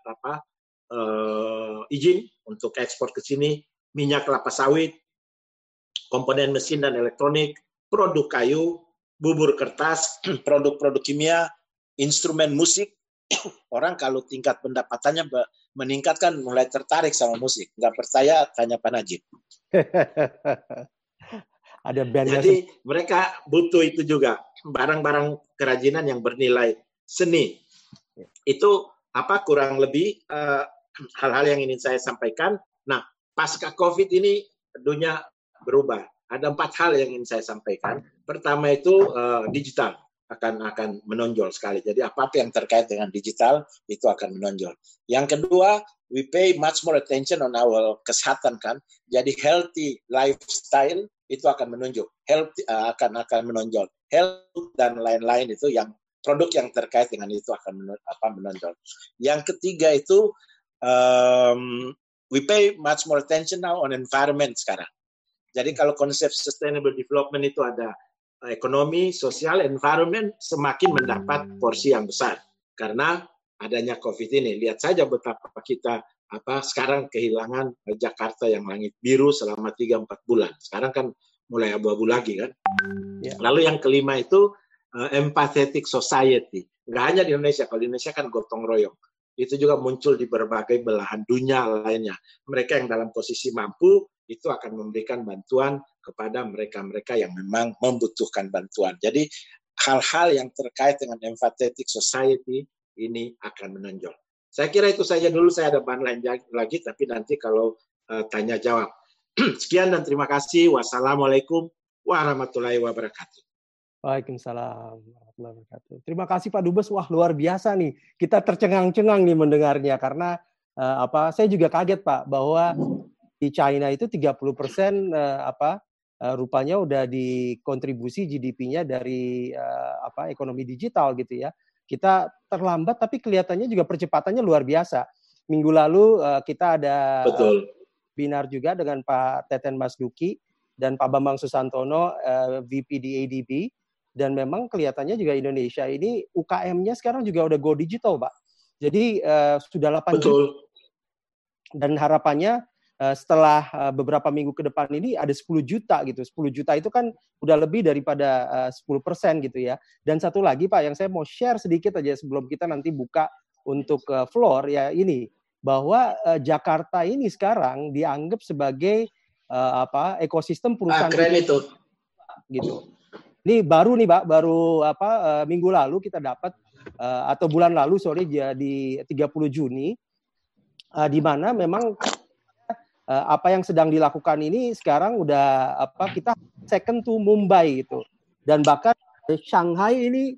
izin untuk ekspor ke sini. Minyak kelapa sawit, komponen mesin dan elektronik, produk kayu, bubur kertas, produk-produk kimia, instrumen musik. Orang kalau tingkat pendapatannya meningkatkan mulai tertarik sama musik. Nggak percaya, tanya Pak Najib. Ada bandnya. Jadi mereka butuh itu juga. Barang-barang kerajinan yang bernilai seni. Itu kurang lebih hal-hal yang ingin saya sampaikan. Nah, pasca COVID ini dunia berubah. Ada 4 hal yang ingin saya sampaikan. Pertama itu digital akan menonjol sekali. Jadi apa-apa yang terkait dengan digital itu akan menonjol. Yang kedua, we pay much more attention on our kesehatan kan. Jadi healthy lifestyle itu akan menunjuk. Health akan menonjol. Health dan lain-lain itu yang produk yang terkait dengan itu akan menonjol. Yang ketiga itu we pay much more attention now on environment sekarang. Jadi kalau konsep sustainable development itu ada ekonomi, sosial, environment semakin mendapat porsi yang besar karena adanya COVID ini. Lihat saja betapa kita sekarang kehilangan Jakarta yang langit biru selama 3-4 bulan. Sekarang kan mulai abu-abu lagi kan. Ya. Lalu yang kelima itu empathetic society. Nggak hanya di Indonesia, kalau di Indonesia kan gotong royong. Itu juga muncul di berbagai belahan dunia lainnya. Mereka yang dalam posisi mampu itu akan memberikan bantuan kepada mereka-mereka yang memang membutuhkan bantuan. Jadi hal-hal yang terkait dengan empathetic society ini akan menonjol. Saya kira itu saja dulu. Saya ada bahan lain lagi, tapi nanti kalau tanya jawab. Sekian dan terima kasih. Wassalamualaikum warahmatullahi wabarakatuh. Waalaikumsalam warahmatullahi wabarakatuh. Terima kasih Pak Dubes. Wah, luar biasa nih. Kita tercengang-cengang nih mendengarnya karena saya juga kaget Pak bahwa di China itu 30% rupanya udah dikontribusi GDP-nya dari ekonomi digital gitu ya. Kita terlambat tapi kelihatannya juga percepatannya luar biasa. Minggu lalu kita ada webinar juga dengan Pak Teten Mas Duki dan Pak Bambang Susantono, VP di ADB. Dan memang kelihatannya juga Indonesia ini UKM-nya sekarang juga udah go digital, Pak. Jadi sudah 8 juta. Dan harapannya setelah beberapa minggu ke depan ini ada 10 juta gitu. 10 juta itu kan udah lebih daripada 10% gitu ya. Dan satu lagi Pak yang saya mau share sedikit aja sebelum kita nanti buka untuk floor ya ini. Bahwa Jakarta ini sekarang dianggap sebagai ekosistem perusahaan. Keren itu. Gitu. Ini baru nih Pak, minggu lalu kita dapat atau bulan lalu di 30 Juni di mana memang apa yang sedang dilakukan ini sekarang udah kita second to Mumbai gitu. Dan bahkan Shanghai ini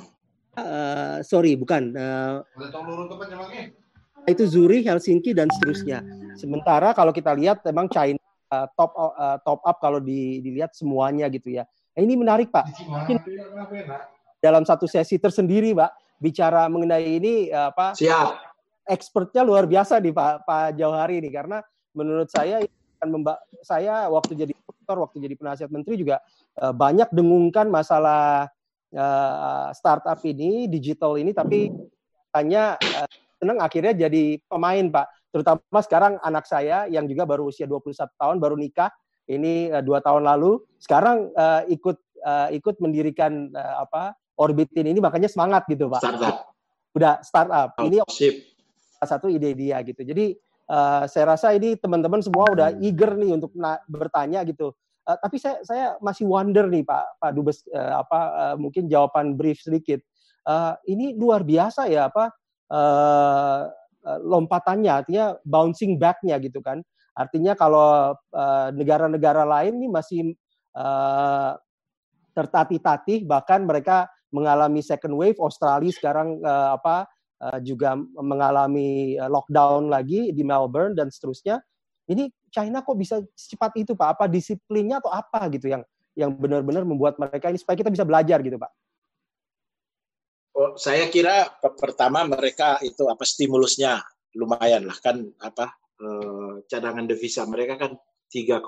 itu Zurich, Helsinki dan seterusnya. Sementara kalau kita lihat memang China top up kalau dilihat semuanya gitu ya. Nah, ini menarik Pak. Mungkin dalam satu sesi tersendiri Pak bicara mengenai ini Siap. Expertnya luar biasa nih Pak Jauhari ini, karena menurut saya saya waktu jadi dokter, waktu jadi penasihat menteri juga banyak dengungkan masalah startup ini, digital ini, tapi hanya senang akhirnya jadi pemain Pak. Terutama sekarang anak saya yang juga baru usia 21 tahun, baru nikah, ini 2 tahun lalu, sekarang ikut mendirikan Orbitin ini, makanya semangat gitu Pak. Startup. Udah startup. Ini sip. Satu ide dia gitu. Jadi saya rasa ini teman-teman semua udah eager nih untuk bertanya gitu. Tapi saya masih wonder nih Pak Dubes, mungkin jawaban brief sedikit. Ini luar biasa ya lompatannya, artinya bouncing back-nya gitu kan. Artinya kalau negara-negara lain ini masih tertatih-tatih, bahkan mereka mengalami second wave. Australia sekarang juga mengalami lockdown lagi di Melbourne dan seterusnya. Ini China kok bisa secepat itu Pak? Apa disiplinnya atau apa gitu yang benar-benar membuat mereka ini, supaya kita bisa belajar gitu Pak? Saya kira pertama mereka itu stimulusnya lumayan lah kan, cadangan devisa mereka kan 3,3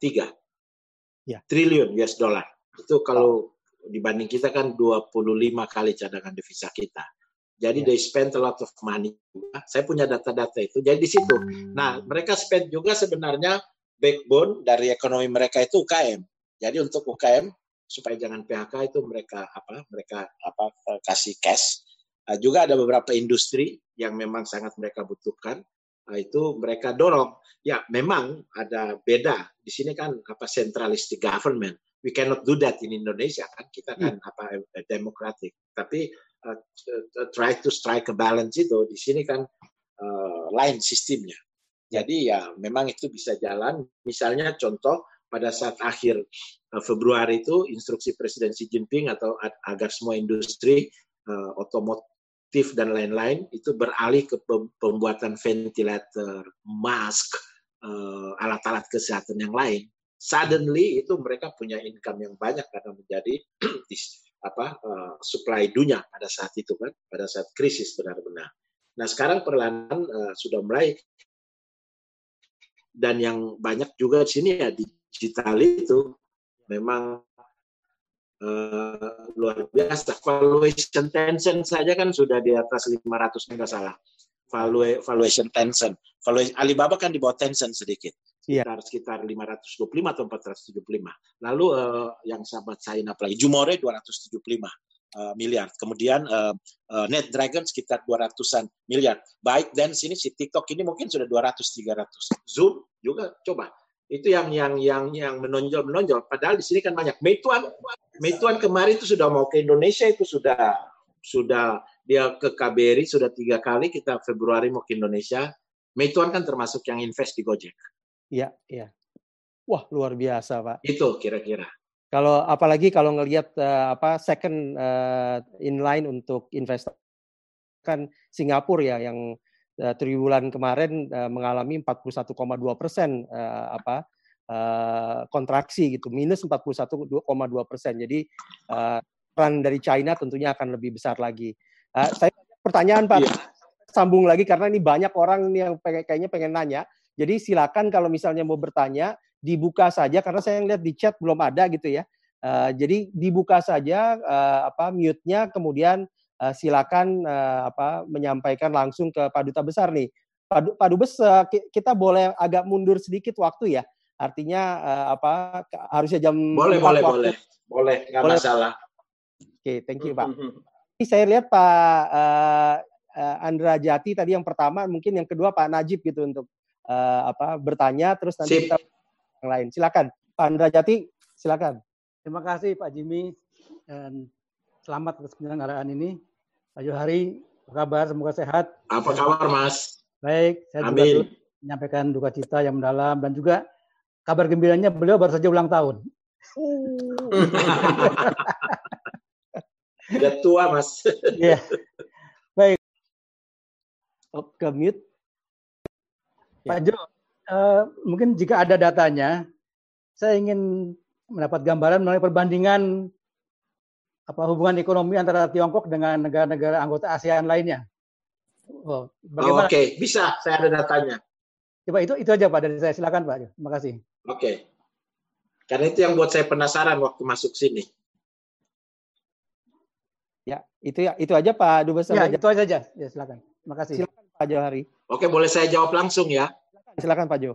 triliun US dollar. Itu kalau dibanding kita kan 25 kali cadangan devisa kita. Jadi they spend a lot of money. Saya punya data-data itu. Jadi di situ. Nah, mereka spend juga sebenarnya backbone dari ekonomi mereka itu UKM. Jadi untuk UKM supaya jangan PHK itu mereka kasih cash. Juga ada beberapa industri yang memang sangat mereka butuhkan. Itu mereka dorong. Ya, memang ada beda. Di sini kan centralistic government. We cannot do that in Indonesia kan. Kita kan demokratik. Tapi try to strike a balance itu di sini kan lain sistemnya. Jadi ya memang itu bisa jalan. Misalnya contoh pada saat akhir Februari itu instruksi Presiden Xi Jinping atau agar semua industri otomotif dan lain-lain itu beralih ke pembuatan ventilator, mask, alat-alat kesehatan yang lain. Suddenly itu mereka punya income yang banyak karena menjadi supply dunia pada saat itu kan, pada saat krisis benar-benar. Nah sekarang perlahan sudah mulai, dan yang banyak juga di sini ya digital itu memang luar biasa. Valuation Tencent saja kan sudah di atas 500 nggak salah. Valuation Tencent. Alibaba kan di bawah Tencent sedikit. Sekitar 525 atau 475. Lalu yang sahabat saya apalagi Jumore 275 miliar. Kemudian NetDragon sekitar 200-an miliar. ByteDance ini si TikTok ini mungkin sudah 200-300. Zoom juga coba. Itu yang menonjol. Padahal di sini kan banyak. Meituan kemarin itu sudah mau ke Indonesia, itu sudah dia ke KBRI sudah 3 kali, kita Februari mau ke Indonesia. Meituan kan termasuk yang invest di Gojek. Iya. Wah, luar biasa, Pak. Itu kira-kira. Apalagi kalau ngelihat second in line untuk investasi kan Singapura ya, yang triwulan kemarin mengalami 41,2% kontraksi gitu, minus 41,2%. Jadi peran dari China tentunya akan lebih besar lagi. Saya pertanyaan Pak, sambung lagi karena ini banyak orang yang kayaknya pengen nanya. Jadi silakan kalau misalnya mau bertanya, dibuka saja karena saya lihat di chat belum ada gitu ya. Jadi dibuka saja mute-nya, kemudian silakan menyampaikan langsung ke Pak Duta Besar nih. Pak Dubes, kita boleh agak mundur sedikit waktu ya. Artinya harusnya jam boleh, nggak masalah. Oke, thank you Pak. Ini saya lihat Pak Andra Jati tadi yang pertama, mungkin yang kedua Pak Najib gitu untuk bertanya, terus nanti kita yang lain. Silakan Pak Andra Jati, silakan. Terima kasih Pak Jimmy dan selamat atas penyelenggaraan ini. Pak Jauhari, apa kabar? Semoga sehat. Apa kabar Mas? Baik, saya Amin. juga menyampaikan duka cita yang mendalam dan juga kabar gembiranya beliau baru saja ulang tahun. Udah tua Mas. Iya. Baik. Ke mute. Pak Jo, mungkin jika ada datanya, saya ingin mendapat gambaran mengenai perbandingan hubungan ekonomi antara Tiongkok dengan negara-negara anggota ASEAN lainnya. Bagaimana? Oke, bisa. Saya ada datanya. Coba itu aja Pak dari saya. Silakan Pak. Terima kasih. Oke. Karena itu yang buat saya penasaran waktu masuk sini. Ya, itu aja Pak Dubes. Ya, itu aja. Ya, silakan. Terima kasih. Silakan Pak Johari. Oke, boleh saya jawab langsung ya? Silakan Pak Jo.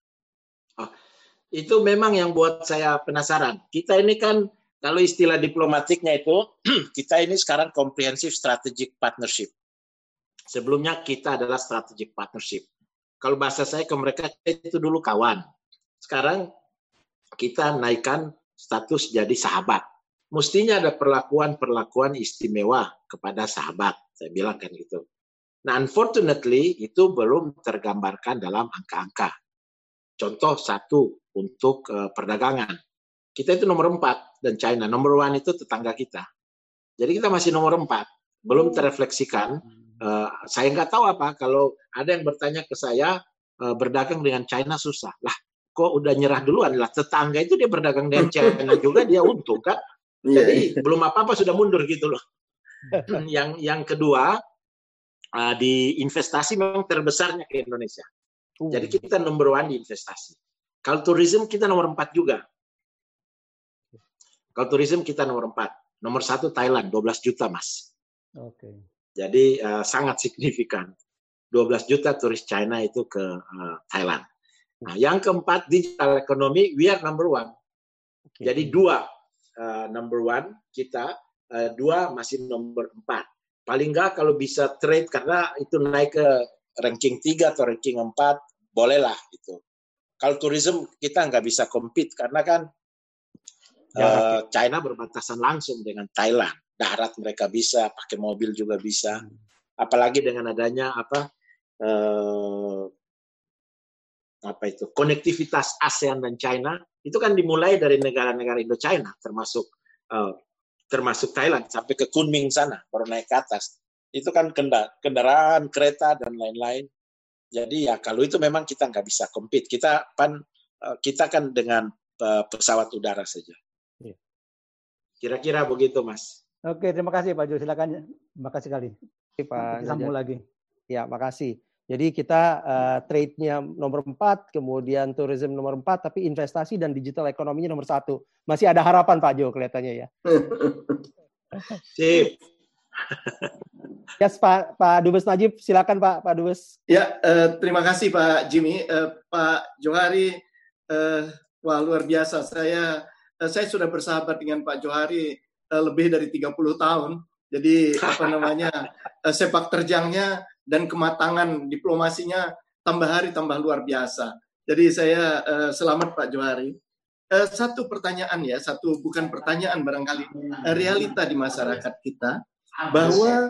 Itu memang yang buat saya penasaran. Kita ini kan, kalau istilah diplomatiknya itu, kita ini sekarang comprehensive strategic partnership. Sebelumnya kita adalah strategic partnership. Kalau bahasa saya ke mereka itu dulu kawan. Sekarang kita naikkan status jadi sahabat. Mestinya ada perlakuan istimewa kepada sahabat. Saya bilang kan gitu. Nah, unfortunately itu belum tergambarkan dalam angka-angka. Contoh satu untuk perdagangan. Kita itu nomor 4 dan China. Nomor 1 itu tetangga kita. Jadi kita masih nomor 4. Belum terrefleksikan. Saya nggak tahu apa kalau ada yang bertanya ke saya, berdagang dengan China susah. Lah, kok udah nyerah duluan? Lah, tetangga itu dia berdagang dengan China juga, dia untung kan? Jadi belum apa-apa sudah mundur gitu loh. Yang kedua, di investasi memang terbesarnya ke Indonesia. Jadi kita nomor 1 di investasi. Kalau tourism kita nomor 4 juga. Kalau tourism kita nomor 4. Nomor 1 Thailand, 12 juta Mas. Oke. Jadi sangat signifikan. 12 juta turis China itu ke Thailand. Nah, yang keempat digital economy, we are number 1. Jadi 2 number 1 kita, 2 masih nomor 4. Paling nggak kalau bisa trade karena itu naik ke ranking 3 atau ranking 4, bolehlah itu. Kalau tourism kita nggak bisa compete karena kan China berbatasan langsung dengan Thailand. Darat mereka bisa, pakai mobil juga bisa. Apalagi dengan adanya konektivitas ASEAN dan China, itu kan dimulai dari negara-negara Indo-China, termasuk Thailand, sampai ke Kunming sana, baru naik ke atas. Itu kan kendaraan, kereta, dan lain-lain. Jadi ya kalau itu memang kita nggak bisa compete. Kita kan dengan pesawat udara saja. Kira-kira begitu, Mas. Oke, terima kasih Pak Jo. Silakan. Terima kasih sekali. Pak Sambung lagi. Ya, makasih. Jadi kita trade-nya nomor 4, kemudian tourism nomor 4, tapi investasi dan digital ekonominya nomor 1. Masih ada harapan Pak Jo kelihatannya ya. Sip. Yes, Pak Dubes Najib, silakan Pak Dubes. Ya, terima kasih Pak Jimmy. Pak Johari, wah luar biasa. Saya sudah bersahabat dengan Pak Johari lebih dari 30 tahun. Jadi sepak terjangnya dan kematangan diplomasinya tambah hari tambah luar biasa. Jadi saya selamat Pak Johari. Satu pertanyaan ya, bukan pertanyaan barangkali, realita di masyarakat kita bahwa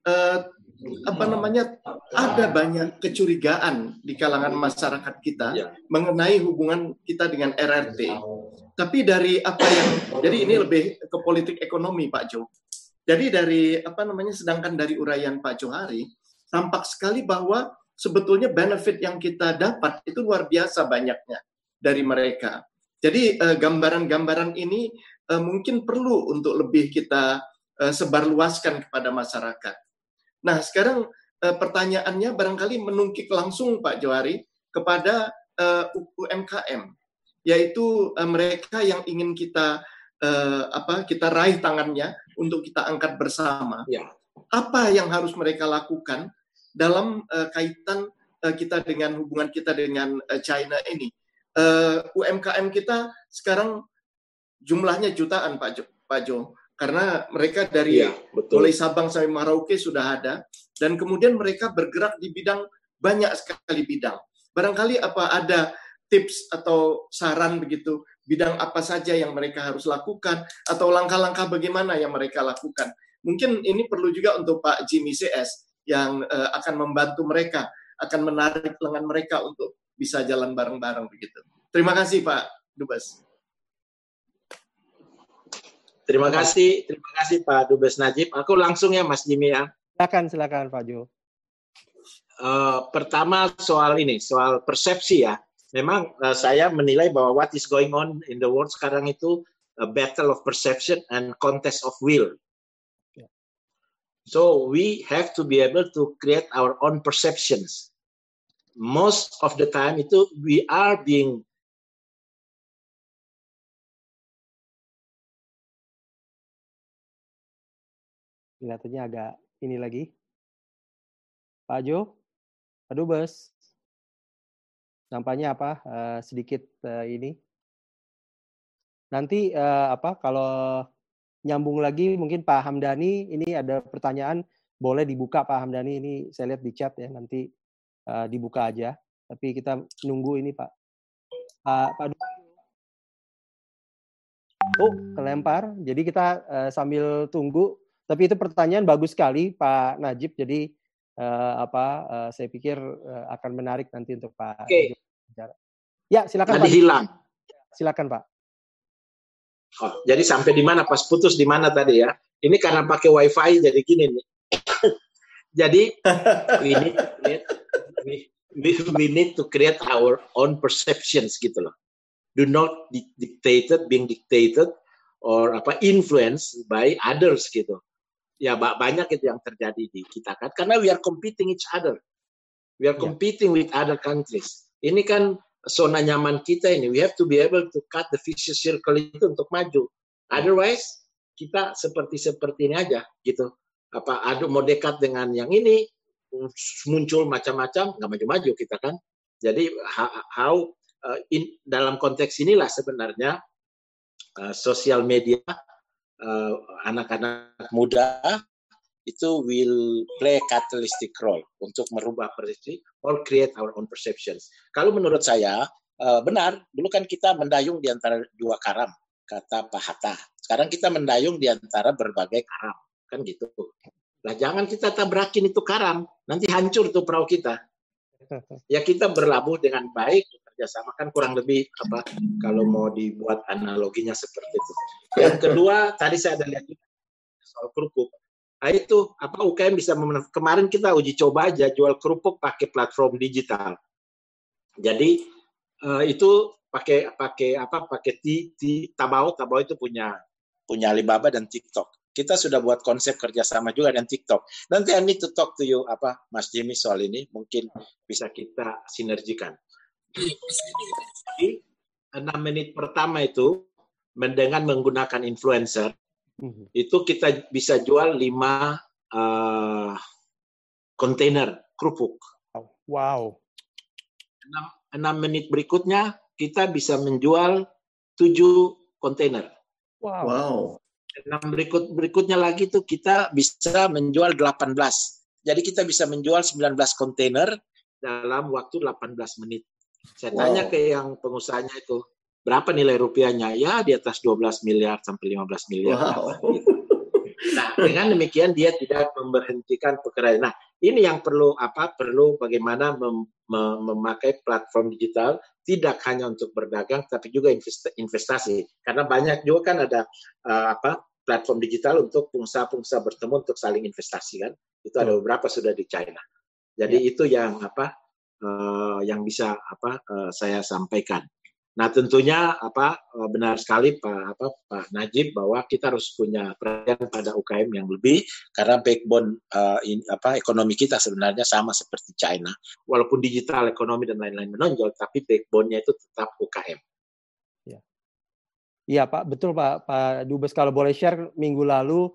ada banyak kecurigaan di kalangan masyarakat kita mengenai hubungan kita dengan RRT. Tapi dari jadi ini lebih ke politik ekonomi Pak Jo. Jadi sedangkan dari uraian Pak Johari tampak sekali bahwa sebetulnya benefit yang kita dapat itu luar biasa banyaknya dari mereka. Jadi gambaran-gambaran ini mungkin perlu untuk lebih kita sebarluaskan kepada masyarakat. Nah, sekarang pertanyaannya barangkali menungkik langsung Pak Johari kepada UMKM, yaitu mereka yang ingin kita raih tangannya untuk kita angkat bersama. Ya. Apa yang harus mereka lakukan dalam kaitan kita dengan hubungan kita dengan China ini? UMKM kita sekarang jumlahnya jutaan Pak Jo. Karena mereka dari mulai Sabang sampai Merauke sudah ada, dan kemudian mereka bergerak di bidang banyak sekali bidang. Barangkali ada tips atau saran begitu, bidang apa saja yang mereka harus lakukan, atau langkah-langkah bagaimana yang mereka lakukan. Mungkin ini perlu juga untuk Pak Jimmy CS yang akan membantu mereka, akan menarik lengan mereka untuk bisa jalan bareng-bareng begitu. Terima kasih Pak Dubes. Terima kasih Pak Dubes Najib. Aku langsung ya Mas Jimmy ya. Silakan Pak Jo. Pertama soal persepsi ya. memang saya menilai bahwa what is going on in the world sekarang itu a battle of perception and contest of will. So we have to be able to create our own perceptions. Most of the time itu we are being kelihatannya agak ini lagi. Pak Jo, aduh Bes. Nampaknya apa? Sedikit ini. Nanti kalau nyambung lagi mungkin Pak Hamdani, ini ada pertanyaan, boleh dibuka Pak Hamdani, ini saya lihat di chat ya, nanti dibuka aja. Tapi kita nunggu ini Pak. Pak Oh, kelempar. Jadi kita sambil tunggu. Tapi itu pertanyaan bagus sekali Pak Najib. Jadi saya pikir akan menarik nanti untuk Pak. Oke. Ya, silakan Tadi Pak. Hilang. Silakan Pak. Oh, jadi sampai di mana? Pas putus di mana tadi ya? Ini karena pakai WiFi jadi gini nih. Jadi we need to create our own perceptions gitu loh. Do not being dictated or influenced by others gitu. Ya banyak itu yang terjadi di kita kan, karena we are competing each other. We are competing with other countries. Ini kan zona nyaman kita ini. We have to be able to cut the vicious circle itu untuk maju. Otherwise kita seperti ini aja gitu. Mau dekat dengan yang ini, muncul macam-macam, nggak maju-maju kita kan. Jadi dalam konteks inilah sebenarnya sosial media, anak-anak muda itu will play catalytic role untuk merubah persepsi or create our own perceptions. Kalau menurut saya benar, dulu kan kita mendayung di antara dua karang, kata Pak Hatta. Sekarang kita mendayung di antara berbagai karang, kan gitu. Nah, jangan kita tabrakin itu karang, nanti hancur tuh perahu kita. Ya kita berlabuh dengan baik, kerjasama kan kurang lebih kalau mau dibuat analoginya seperti itu. Yang kedua, tadi saya ada lihat soal kerupuk. Nah itu UKM bisa kemarin kita uji coba aja jual kerupuk pakai platform digital. Jadi itu pakai Taobao itu punya Alibaba dan TikTok. Kita sudah buat konsep kerjasama juga dengan TikTok. Nanti I need to talk to you Mas Jimmy soal ini, mungkin bisa kita sinergikan. Jadi 6 menit pertama itu dengan menggunakan influencer itu kita bisa jual 5 kontainer kerupuk. Wow. 6 menit berikutnya kita bisa menjual 7 kontainer. Wow. 6 berikutnya lagi tuh kita bisa menjual 18. Jadi kita bisa menjual 19 kontainer dalam waktu 18 menit. Saya tanya ke yang pengusahanya itu, berapa nilai rupiahnya? Ya di atas 12 miliar sampai 15 miliar. Wow. Nah, dengan demikian dia tidak memberhentikan pekerjaan. Nah, ini yang perlu bagaimana memakai platform digital tidak hanya untuk berdagang tapi juga investasi. Karena banyak juga kan ada platform digital untuk pengusaha-pengusaha bertemu untuk saling investasi kan. Itu ada beberapa sudah di China. Jadi itu yang yang bisa saya sampaikan. Nah, tentunya benar sekali Pak Najib bahwa kita harus punya perhatian pada UKM yang lebih karena backbone ekonomi kita sebenarnya sama seperti China. Walaupun digital ekonomi dan lain-lain menonjol, tapi backbone-nya itu tetap UKM. Iya Pak, betul Pak Dubes, kalau boleh share minggu lalu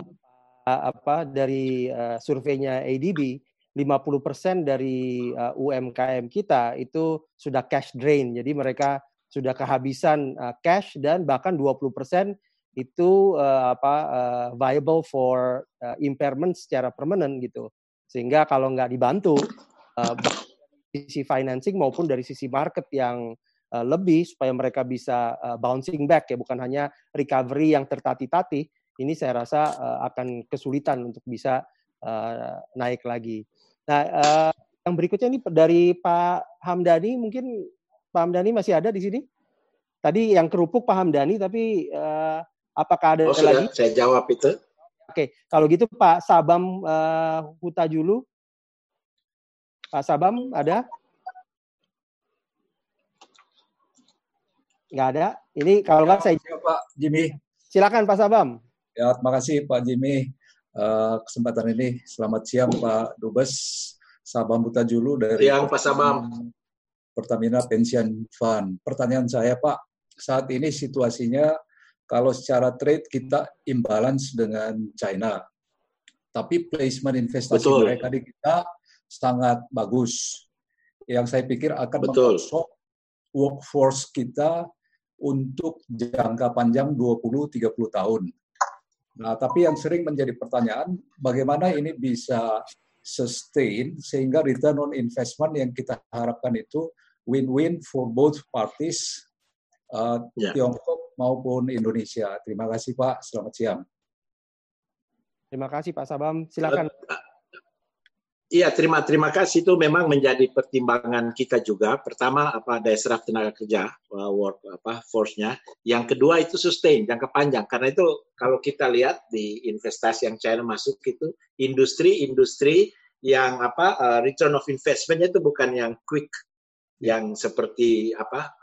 dari surveinya ADB, 50% dari UMKM kita itu sudah cash drain. Jadi mereka sudah kehabisan cash dan bahkan 20% itu viable for impairment secara permanen gitu. Sehingga kalau nggak dibantu dari sisi financing maupun dari sisi market yang lebih supaya mereka bisa bouncing back ya, bukan hanya recovery yang tertati-tati, ini saya rasa akan kesulitan untuk bisa naik lagi. Nah, yang berikutnya ini dari Pak Hamdani, mungkin Pak Hamdani masih ada di sini? Tadi yang kerupuk Pak Hamdani, tapi apakah ada lagi? Saya jawab itu. Oke, kalau gitu Pak Sabam Hutajulu. Pak Sabam ada? Nggak ada. Ini kalau nggak saya... Pak Jimmy. Silakan Pak Sabam. Ya, terima kasih Pak Jimmy. Kesempatan ini. Selamat siang Pak Dubes. Sabam Hutajulu dari Siang Pak Sabam. Pertamina Pension Fund. Pertanyaan saya Pak, saat ini situasinya kalau secara trade kita imbalance dengan China. Tapi placement investasi mereka di kita sangat bagus. Yang saya pikir akan mengosok workforce kita untuk jangka panjang 20-30 tahun. Nah, tapi yang sering menjadi pertanyaan, bagaimana ini bisa sustain sehingga return on investment yang kita harapkan itu win-win for both parties, Tiongkok maupun Indonesia. Terima kasih Pak, selamat siang. Terima kasih Pak Sabam, silakan. Iya, terima kasih. Itu memang menjadi pertimbangan kita juga. Pertama, daya serap tenaga kerja, force-nya. Yang kedua itu sustain, jangka panjang. Karena itu kalau kita lihat di investasi yang China masuk itu industri yang return of investment-nya itu bukan yang quick, yang seperti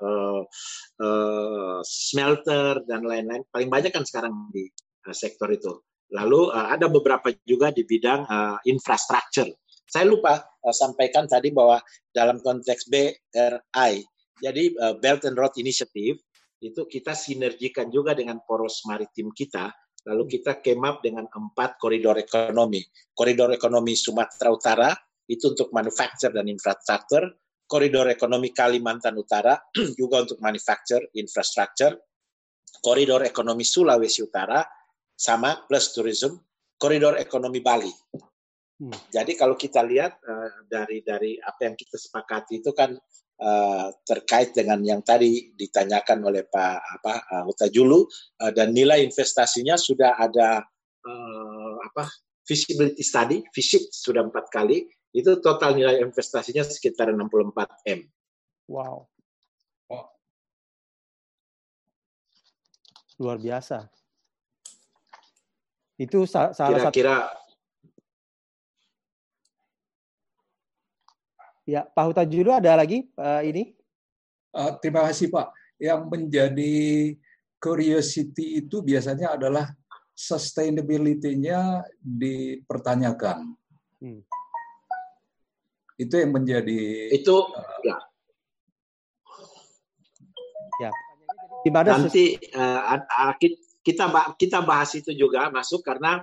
smelter dan lain-lain. Paling banyak kan sekarang di sektor itu. Lalu ada beberapa juga di bidang infrastructure. Saya lupa sampaikan tadi bahwa dalam konteks BRI, jadi Belt and Road Initiative, itu kita sinergikan juga dengan poros maritim kita, lalu kita came up dengan 4 koridor ekonomi. Koridor ekonomi Sumatera Utara, itu untuk manufacture dan infrastruktur. Koridor ekonomi Kalimantan Utara, juga untuk manufacture, infrastructure. Koridor ekonomi Sulawesi Utara, sama plus tourism. Koridor ekonomi Bali. Jadi kalau kita lihat dari apa yang kita sepakati itu kan terkait dengan yang tadi ditanyakan oleh Pak Hutajulu, dan nilai investasinya sudah ada feasibility study, visit sudah 4 kali, itu total nilai investasinya sekitar 64 M. Wow. Luar biasa. Itu salah satu. Ya, Pak Hutajulu ada lagi ini? Terima kasih Pak. Yang menjadi curiosity itu biasanya adalah sustainability-nya dipertanyakan. Itu yang menjadi ya. Nanti kita bahas itu juga masuk karena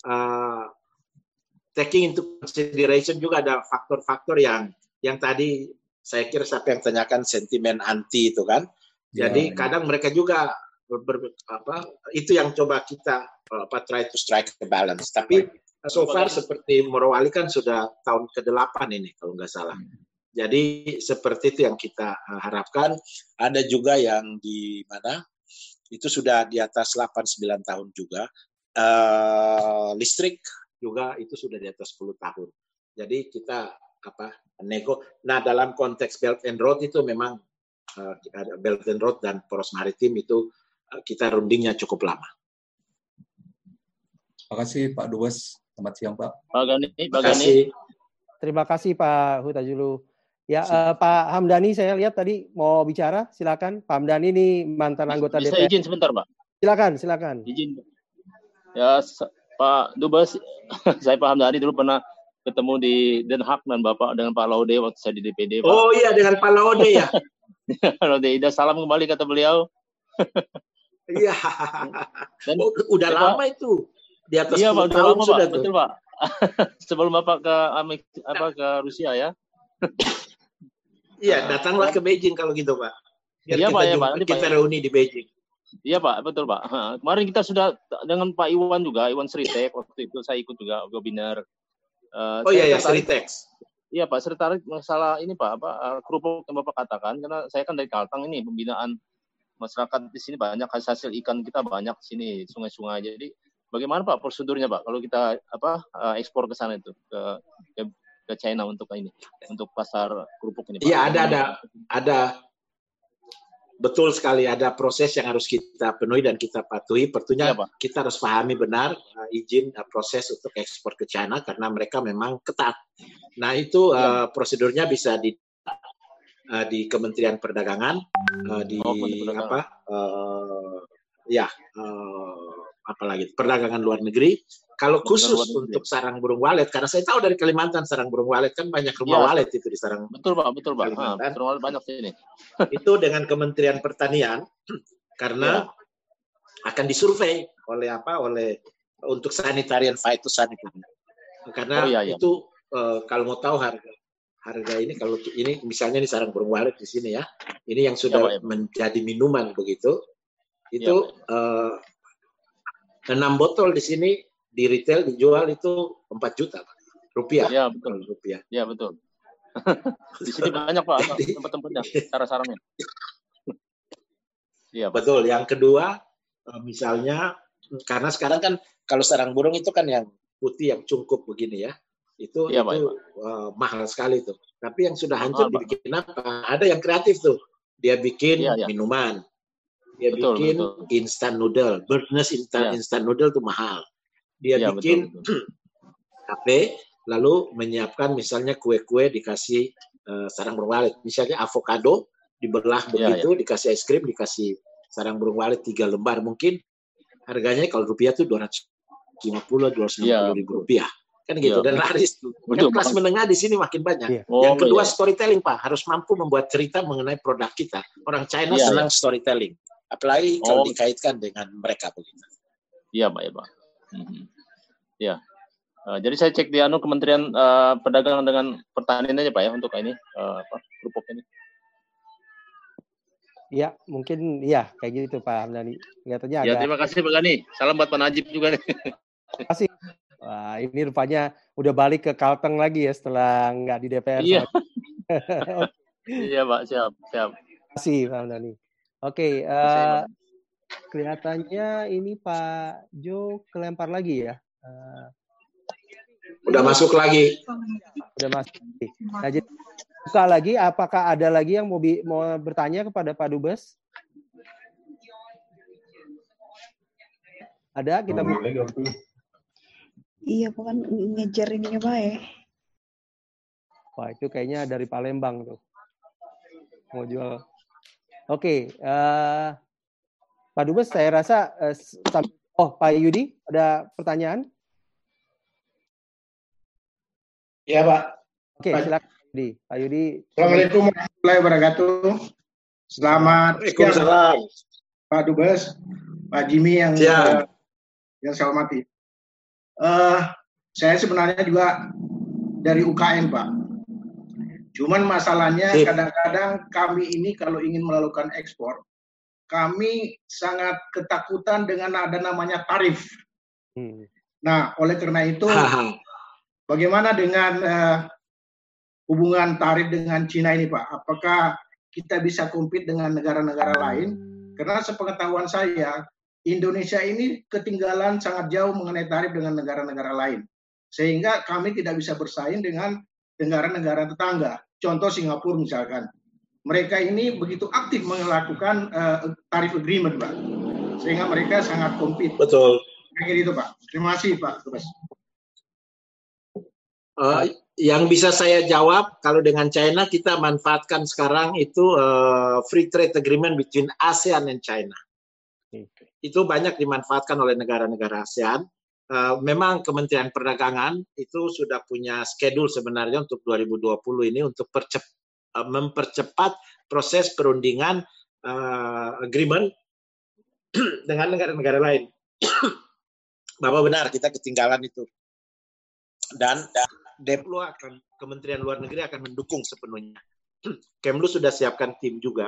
taking into consideration juga ada faktor-faktor yang tadi saya kira siapa yang tanyakan sentimen anti itu kan. Jadi kadang mereka juga itu yang coba kita try to strike the balance. Tapi so far seperti Morowali kan sudah tahun ke-8 ini kalau nggak salah. Jadi seperti itu yang kita harapkan. Ada juga yang di mana itu sudah di atas 8-9 tahun juga. Listrik juga itu sudah di atas 10 tahun. Jadi kita nego. Nah, dalam konteks Belt and Road itu memang Belt and Road dan poros maritim itu kita rundingnya cukup lama. Terima kasih Pak Dubes. Selamat siang Pak. Pak Gani. Terima kasih Pak Hutajulu. Ya, Pak Hamdani saya lihat tadi mau bicara. Silakan. Pak Hamdani ini mantan anggota DPR. Bisa izin sebentar Pak? Silakan. Izin. Ya, Pak Dubes, saya Pak Hamdani dulu pernah ketemu di Den Haag dengan Pak Laude waktu saya di DPD. Pak. Oh iya, dengan Pak Laude ya. Laude, salam kembali kata beliau. Iya. Udah ya, lama Pak. Itu. Di atas 10 Pak, tahun lama, sudah Pak. Betul Pak. Sebelum Bapak ke Rusia ya. Iya, datanglah ke Beijing kalau gitu Pak. Iya Pak, kita reuni di Beijing. Iya Pak, betul Pak. Kemarin kita sudah dengan Pak Iwan juga, Iwan Sritek waktu itu saya ikut juga webinar. Sritek. Iya Pak, saya tertarik masalah ini Pak, kerupuk yang Bapak katakan, karena saya kan dari Kalteng ini, pembinaan masyarakat di sini banyak, hasil ikan kita banyak di sini, sungai-sungai. Jadi bagaimana Pak prosedurnya Pak, kalau kita ekspor ke sana itu, ke China untuk pasar kerupuk ini Pak? Iya, ada. Betul sekali, ada proses yang harus kita penuhi dan kita patuhi. Pertunya kita harus pahami benar izin proses untuk ekspor ke China karena mereka memang ketat. Nah itu prosedurnya bisa di Kementerian Perdagangan, di apalagi perdagangan luar negeri. Kalau khusus untuk sarang burung walet, karena saya tahu dari Kalimantan sarang burung walet kan banyak rumah walet itu di sarang. Betul Pak. Kalimantan. Burung walet banyak sini. Itu dengan Kementerian Pertanian, karena akan disurvei oleh untuk sanitarian phytosanitary. Karena itu kalau mau tahu harga ini, kalau ini misalnya di sarang burung walet di sini ya, ini yang sudah menjadi minuman begitu, itu 6 botol di sini di retail dijual itu 4 juta rupiah. Iya betul. Rupiah. Iya betul. Di sini banyak Pak tempat-tempatnya, sarang-sarangnya. Iya. Betul. Yang kedua, misalnya karena sekarang kan kalau sarang burung itu kan yang putih yang cungkup begini ya, itu mahal sekali tuh. Tapi yang sudah hancur dibikin apa? Ada yang kreatif tuh. Dia bikin minuman. Dia bikin instant noodle, birdnest instant noodle tuh mahal. Dia bikin kafe, lalu menyiapkan misalnya kue-kue dikasih sarang burung walet. Misalnya avocado dibelah begitu, dikasih es krim, dikasih sarang burung walet 3 lembar. Mungkin harganya kalau rupiah tuh 250-260 ribu rupiah. Kan gitu, dan laris. Kelas menengah di sini makin banyak. Yang kedua storytelling Pak, harus mampu membuat cerita mengenai produk kita. Orang China senang storytelling. Apalagi kalau dikaitkan dengan mereka begitu. Iya Pak, Iya. Jadi saya cek di Kementerian Perdagangan dengan Pertanian aja Pak ya untuk ini pupuk ini. Iya, mungkin kayak gitu Pak Hamdani. Kelihatannya agak. Terima kasih Pak Gani. Salam buat Pak Najib juga nih. Terima kasih. Wah, ini rupanya udah balik ke Kalteng lagi ya setelah nggak di DPR. Iya. Iya Pak, siap. Terima kasih Pak Hamdani. Oke, kelihatannya ini Pak Jo kelempar lagi ya. Udah masuk lagi. Udah masuk. Nah, jadi buka lagi. Apakah ada lagi yang mau bertanya kepada Pak Dubes? Ada? Kita Iya, bukan ngejar ininya baik. Wah, itu kayaknya dari Palembang tuh. Mau jual. Oke, Pak Dubes, saya rasa Pak Yudi ada pertanyaan? Ya Pak. Oke, silakan Pak Yudi. Pak Yudi. Assalamualaikum warahmatullahi wabarakatuh. Selamat siang Pak Dubes, Pak Jimmy yang saya hormati. Saya sebenarnya juga dari UKM Pak. Cuman masalahnya kadang-kadang kami ini kalau ingin melakukan ekspor, kami sangat ketakutan dengan ada namanya tarif. Nah, oleh karena itu, bagaimana dengan hubungan tarif dengan Cina ini Pak? Apakah kita bisa compete dengan negara-negara lain? Karena sepengetahuan saya, Indonesia ini ketinggalan sangat jauh mengenai tarif dengan negara-negara lain. Sehingga kami tidak bisa bersaing dengan negara-negara tetangga, contoh Singapura misalkan, mereka ini begitu aktif melakukan tarif agreement, Pak, sehingga mereka sangat compete. Betul. Kayak gitu, Pak. Terima kasih, Pak Dubes. Yang bisa saya jawab, kalau dengan China kita manfaatkan sekarang itu free trade agreement between ASEAN and China. Itu banyak dimanfaatkan oleh negara-negara ASEAN. Memang Kementerian Perdagangan itu sudah punya schedule sebenarnya untuk 2020 ini untuk mempercepat proses perundingan agreement dengan negara-negara lain. Bapak benar, kita ketinggalan itu. Dan Deplu Kementerian Luar Negeri akan mendukung sepenuhnya. Kemlu sudah siapkan tim juga.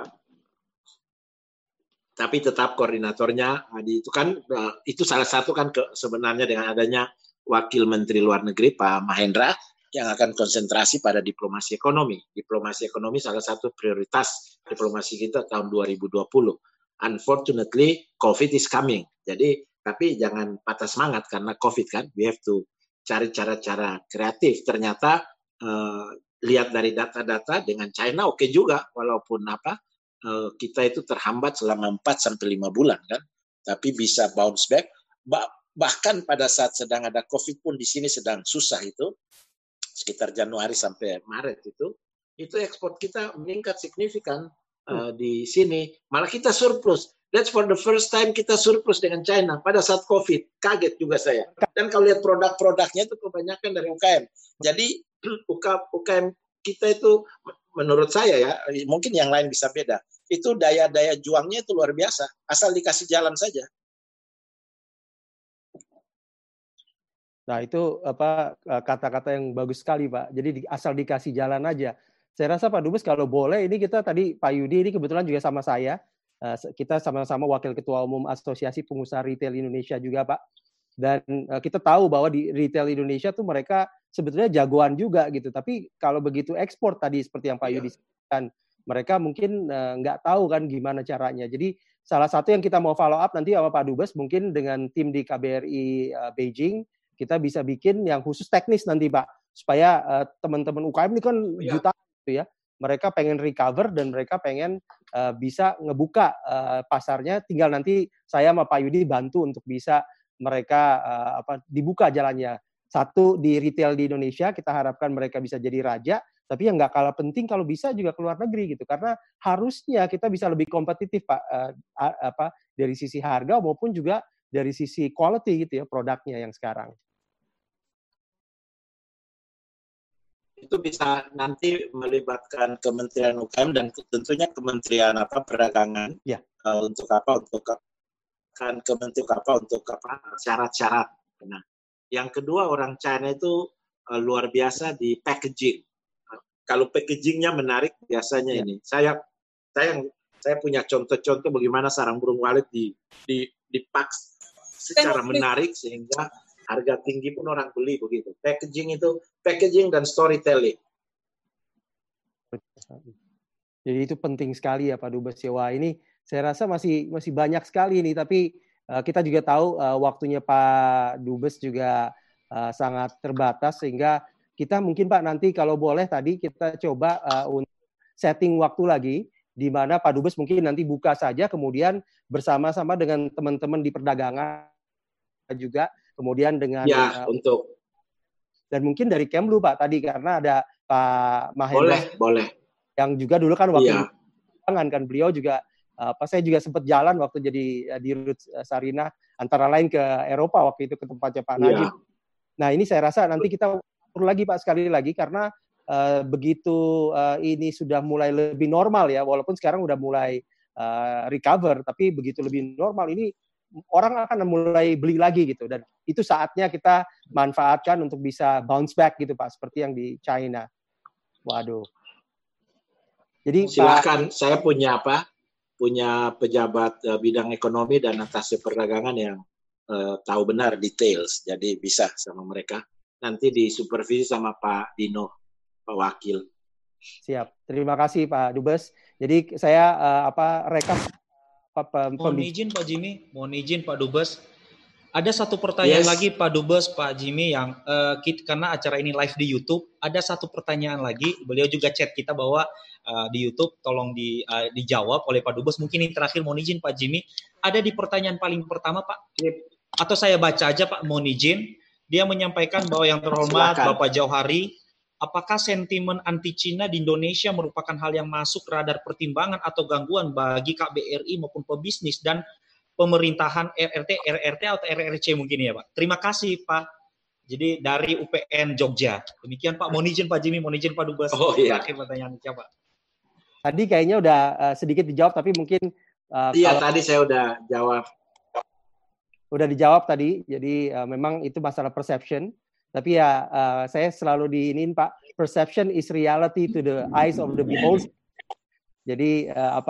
Tapi tetap koordinatornya itu kan itu salah satu kan sebenarnya dengan adanya Wakil Menteri Luar Negeri Pak Mahendra yang akan konsentrasi pada diplomasi ekonomi. Diplomasi ekonomi salah satu prioritas diplomasi kita tahun 2020. Unfortunately, COVID is coming. Jadi tapi jangan patah semangat karena COVID kan. We have to cari cara-cara kreatif. Ternyata lihat dari data-data dengan China oke juga walaupun kita itu terhambat selama 4-5 bulan kan, tapi bisa bounce back. Bahkan pada saat sedang ada COVID pun di sini sedang susah itu, sekitar Januari sampai Maret itu, itu ekspor kita meningkat signifikan di sini. Malah kita surplus. That's for the first time kita surplus dengan China pada saat COVID. Kaget juga saya. Dan kalau lihat produk-produknya itu kebanyakan dari UKM. Jadi UKM kita itu menurut saya ya, mungkin yang lain bisa beda. Itu daya juangnya itu luar biasa. Asal dikasih jalan saja. Nah, itu kata-kata yang bagus sekali, Pak. Jadi asal dikasih jalan aja. Saya rasa Pak Dubes kalau boleh, ini kita tadi Pak Yudi ini kebetulan juga sama saya. Kita sama-sama Wakil Ketua Umum Asosiasi Pengusaha Retail Indonesia juga, Pak. Dan kita tahu bahwa di retail Indonesia tuh mereka sebetulnya jagoan juga gitu. Tapi kalau begitu ekspor tadi seperti yang Pak Yudi sebutkan, mereka mungkin nggak tahu kan gimana caranya. Jadi salah satu yang kita mau follow up nanti sama Pak Dubes mungkin dengan tim di KBRI Beijing, kita bisa bikin yang khusus teknis nanti, Pak. Supaya teman-teman UKM ini kan jutaan gitu ya. Mereka pengen recover dan mereka pengen bisa ngebuka pasarnya. Tinggal nanti saya sama Pak Yudi bantu untuk bisa mereka dibuka jalannya. Satu di retail di Indonesia, kita harapkan mereka bisa jadi raja. Tapi yang nggak kalah penting kalau bisa juga ke luar negeri gitu. Karena harusnya kita bisa lebih kompetitif, Pak, dari sisi harga maupun juga dari sisi quality gitu ya produknya yang sekarang. Itu bisa nanti melibatkan Kementerian UKM dan tentunya Kementerian Perdagangan untuk syarat-syarat. Nah, yang kedua orang China itu luar biasa di packaging. Kalau packagingnya menarik biasanya ini. Saya punya contoh-contoh bagaimana sarang burung walet dipak secara menarik sehingga harga tinggi pun orang beli begitu. Packaging dan storytelling. Jadi itu penting sekali ya Pak Dubes. Wah, ini saya rasa masih banyak sekali ini, tapi kita juga tahu waktunya Pak Dubes juga sangat terbatas sehingga kita mungkin Pak nanti kalau boleh tadi kita coba untuk setting waktu lagi di mana Pak Dubes mungkin nanti buka saja kemudian bersama-sama dengan teman-teman di perdagangan juga kemudian dengan dan mungkin dari Kemlu Pak tadi karena ada Pak Mahendra boleh yang juga dulu kan wakil perdagangan kan beliau juga saya juga sempat jalan waktu jadi dirut Sarinah antara lain ke Eropa waktu itu ke tempatnya Pak Najib. Nah ini saya rasa nanti kita perlu lagi Pak sekali lagi karena begitu ini sudah mulai lebih normal ya walaupun sekarang udah mulai recover tapi begitu lebih normal ini orang akan mulai beli lagi gitu dan itu saatnya kita manfaatkan untuk bisa bounce back gitu Pak seperti yang di China. Waduh. Jadi silakan saya punya pejabat bidang ekonomi dan atasnya perdagangan yang tahu benar details jadi bisa sama mereka nanti disupervisi sama Pak Dino Pak Wakil. Siap. Terima kasih Pak Dubes. Jadi saya rekap mohon izin Pak Jimmy, mohon izin Pak Dubes. Ada satu pertanyaan lagi Pak Dubes, Pak Jimmy yang karena acara ini live di YouTube, ada satu pertanyaan lagi. Beliau juga chat kita bahwa di YouTube tolong dijawab oleh Pak Dubes. Mungkin ini terakhir mohon izin Pak Jimmy. Ada di pertanyaan paling pertama Pak. Atau saya baca aja Pak, mohon izin. Dia menyampaikan bahwa yang terhormat Bapak Jauhari, apakah sentimen anti-Cina di Indonesia merupakan hal yang masuk radar pertimbangan atau gangguan bagi KBRI maupun pebisnis dan pemerintahan RRT atau RRC mungkin ya Pak? Terima kasih Pak. Jadi dari UPN Jogja. Demikian Pak. Mohon izin Pak Jimmy, mohon izin Pak Dubes. Terakhir pertanyaan Pak. Tadi kayaknya udah sedikit dijawab tapi mungkin tadi saya udah jawab. Udah dijawab tadi. Jadi memang itu masalah perception. Tapi ya saya selalu diinin Pak, perception is reality to the eyes of the beholder. Jadi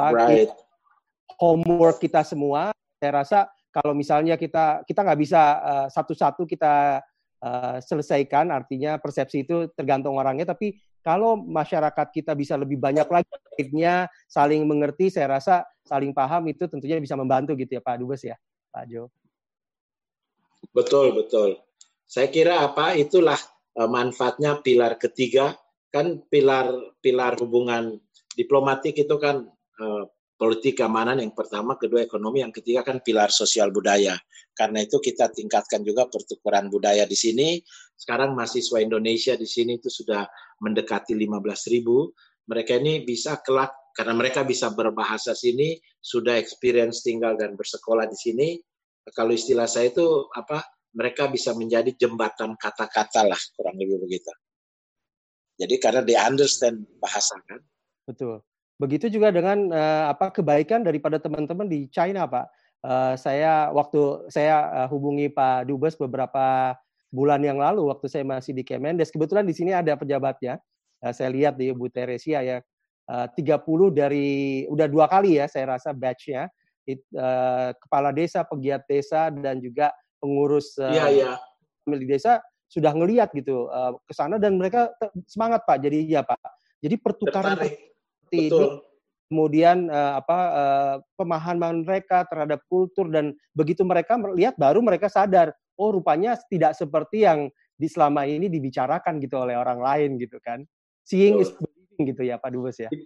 homework kita semua, saya rasa kalau misalnya kita nggak bisa satu-satu kita selesaikan, artinya persepsi itu tergantung orangnya. Tapi kalau masyarakat kita bisa lebih banyak lagi saling mengerti, saya rasa saling paham itu tentunya bisa membantu gitu ya Pak Dubes ya, Pak Jo. Betul. Saya kira itulah manfaatnya pilar ketiga kan pilar hubungan diplomatik itu kan politik keamanan yang pertama, kedua ekonomi, yang ketiga kan pilar sosial budaya. Karena itu kita tingkatkan juga pertukaran budaya di sini. Sekarang mahasiswa Indonesia di sini itu sudah mendekati 15.000 mereka ini bisa kelak, karena mereka bisa berbahasa sini, sudah experience tinggal dan bersekolah di sini. Kalau istilah saya itu mereka bisa menjadi jembatan kata-kata lah, kurang lebih begitu. Jadi karena they understand bahasa kan. Betul. Begitu juga dengan kebaikan daripada teman-teman di China, Pak. Waktu saya hubungi Pak Dubes beberapa bulan yang lalu waktu saya masih di Kemendes, kebetulan di sini ada pejabatnya. Saya lihat di Bu Teresia ya, 30 dari udah 2 kali ya saya rasa batch-nya, kepala desa, pegiat desa dan juga pengurus milik desa sudah ngelihat gitu ke sana dan mereka semangat Pak. Jadi ya Pak. Jadi pertukaran seperti ini, kemudian pemahaman mereka terhadap kultur dan begitu mereka melihat baru mereka sadar, oh rupanya tidak seperti yang selama ini dibicarakan gitu oleh orang lain gitu kan. Seeing is believing gitu ya Pak Dubes ya.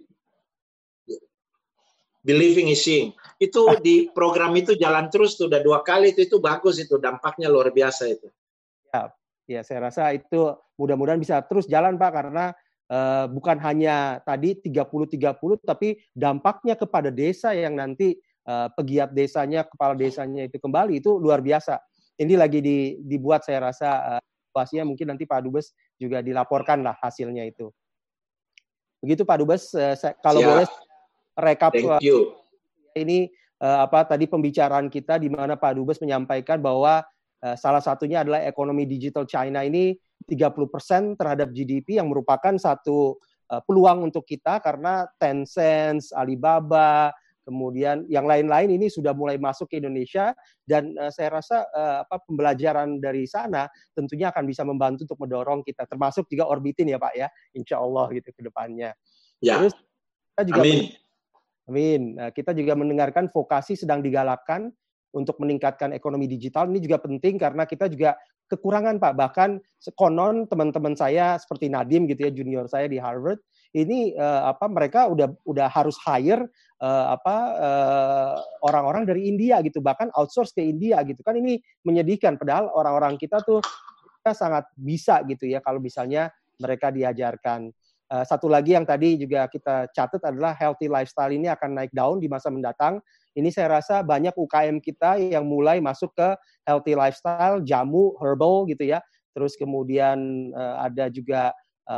Believing is seeing. Itu di program itu jalan terus tuh udah 2 kali itu bagus itu, dampaknya luar biasa itu. Ya saya rasa itu mudah-mudahan bisa terus jalan Pak karena bukan hanya tadi 30-30 tapi dampaknya kepada desa yang nanti pegiat desanya, kepala desanya itu kembali itu luar biasa. Ini lagi dibuat saya rasa situasinya mungkin nanti Pak Dubes juga dilaporkan lah hasilnya itu. Begitu Pak Dubes, kalau boleh rekap ini tadi pembicaraan kita di mana Pak Dubes menyampaikan bahwa salah satunya adalah ekonomi digital China ini 30% terhadap GDP yang merupakan satu peluang untuk kita karena Tencent, Alibaba, kemudian yang lain-lain ini sudah mulai masuk ke Indonesia dan saya rasa pembelajaran dari sana tentunya akan bisa membantu untuk mendorong kita termasuk juga Orbitin ya Pak ya, insya Allah gitu ke depannya. Ya. Terus kita juga Amin. Kita juga mendengarkan vokasi sedang digalakkan untuk meningkatkan ekonomi digital. Ini juga penting karena kita juga kekurangan Pak. Bahkan konon teman-teman saya seperti Nadim gitu ya, junior saya di Harvard, ini mereka udah harus hire orang-orang dari India gitu, bahkan outsource ke India gitu. Kan ini menyedihkan padahal orang-orang kita tuh sangat bisa gitu ya kalau misalnya mereka diajarkan. Satu lagi yang tadi juga kita catat adalah healthy lifestyle ini akan naik daun di masa mendatang. Ini saya rasa banyak UKM kita yang mulai masuk ke healthy lifestyle, jamu, herbal gitu ya. Terus kemudian ada juga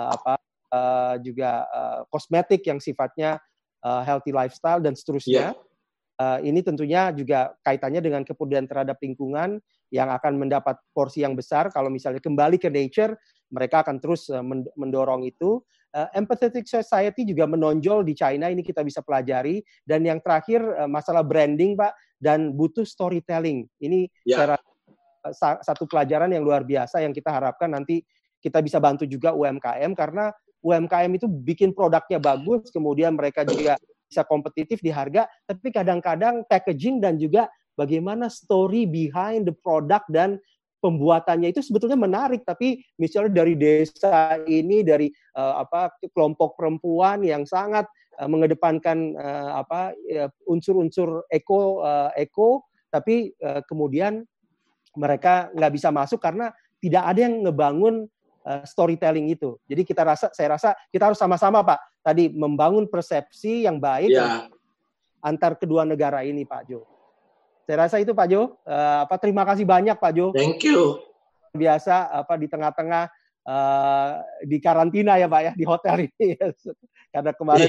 kosmetik yang sifatnya healthy lifestyle dan seterusnya. Ini tentunya juga kaitannya dengan kepedulian terhadap lingkungan yang akan mendapat porsi yang besar. Kalau misalnya kembali ke nature, mereka akan terus mendorong itu. Empathetic society juga menonjol di China, ini kita bisa pelajari. Dan yang terakhir masalah branding Pak, dan butuh storytelling. Ini saya rasa satu pelajaran yang luar biasa yang kita harapkan nanti kita bisa bantu juga UMKM, karena UMKM itu bikin produknya bagus, kemudian mereka juga bisa kompetitif di harga, tapi kadang-kadang packaging dan juga bagaimana story behind the product dan pembuatannya itu sebetulnya menarik, tapi misalnya dari desa ini, dari kelompok perempuan yang sangat mengedepankan unsur-unsur eko, tapi kemudian mereka nggak bisa masuk karena tidak ada yang ngebangun storytelling itu. Jadi saya rasa kita harus sama-sama Pak, tadi membangun persepsi yang baik antar kedua negara ini Pak Jo. Saya rasa itu Pak Jo. Terima kasih banyak Pak Jo. Thank you. Biasa di tengah-tengah di karantina ya Pak ya, di hotel ini. Karena kemarin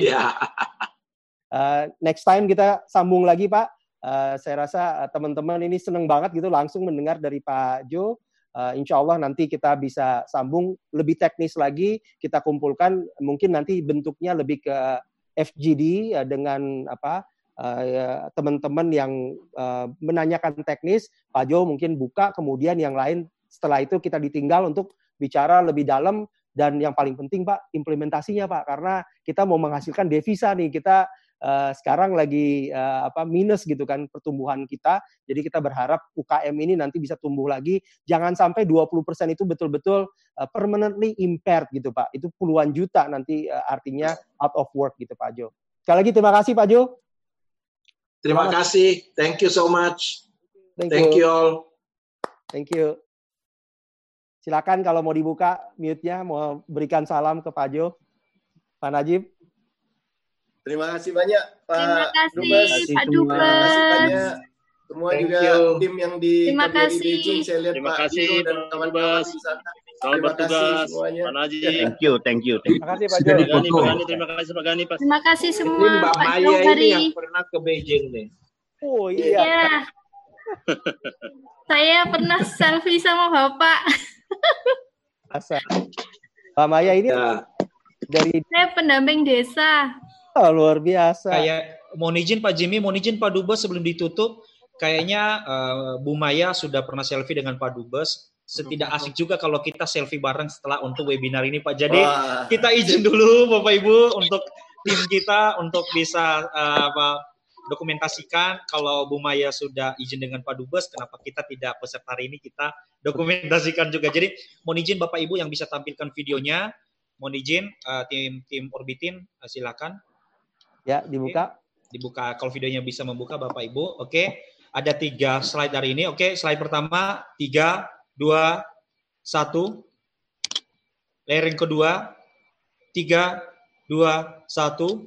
next time kita sambung lagi Pak. Saya rasa teman-teman ini senang banget gitu langsung mendengar dari Pak Jo. Insya Allah nanti kita bisa sambung lebih teknis lagi, kita kumpulkan mungkin nanti bentuknya lebih ke FGD dengan teman-teman yang menanyakan teknis, Pak Jo mungkin buka, kemudian yang lain setelah itu kita ditinggal untuk bicara lebih dalam, dan yang paling penting Pak implementasinya Pak, karena kita mau menghasilkan devisa nih, kita sekarang lagi minus gitu kan pertumbuhan kita, jadi kita berharap UKM ini nanti bisa tumbuh lagi, jangan sampai 20% itu betul-betul permanently impaired gitu Pak, itu puluhan juta nanti artinya out of work gitu Pak Jo. Sekali lagi terima kasih Pak Jo. Terima kasih. Thank you so much. Thank you all. Thank you. Silakan kalau mau dibuka mute-nya, mau berikan salam ke Pak Jo. Pak Najib. Terima kasih banyak Pak Terima kasih Dubes. Pak Dubes. Terima kasih banyak semua juga tim yang di Terima KBRI kasih. Beijing. Saya lihat Terima Pak kasih, Dino dan Pak kawan-kawan Dubes. di sana. Selamat Terima kasih bertugas, semuanya. Pak Najib. Thank you. Terima kasih Pak Sudah Jo. Pak Gani, dipoto. terima kasih Pak Gani. Pak. Terima kasih Ini semua Mbak Pak Maya ini Johari. yang pernah ke Beijing nih. Oh iya. Iya. Saya pernah selfie sama Bapak. Masa. Mbak Maya ini Ya. dari Saya pendamping desa. luar biasa. Kayak mohon izin Pak Jimmy, mohon izin Pak Dubes sebelum ditutup. Kayaknya Bu Maya sudah pernah selfie dengan Pak Dubes. Tidak asik juga kalau kita selfie bareng setelah untuk webinar ini Pak. Jadi Wah. kita izin dulu Bapak Ibu untuk tim kita untuk bisa dokumentasikan kalau Bu Maya sudah izin dengan Pak Dubes, kenapa kita tidak peserta hari ini kita dokumentasikan juga. Jadi mohon izin Bapak Ibu yang bisa tampilkan videonya, mohon izin tim Orbitin silakan. Ya, dibuka. Dibuka kalau videonya bisa membuka Bapak Ibu. Oke, ada 3 slide hari ini. Oke, slide pertama 3, 2, 1. Layering kedua 3, 2, 1.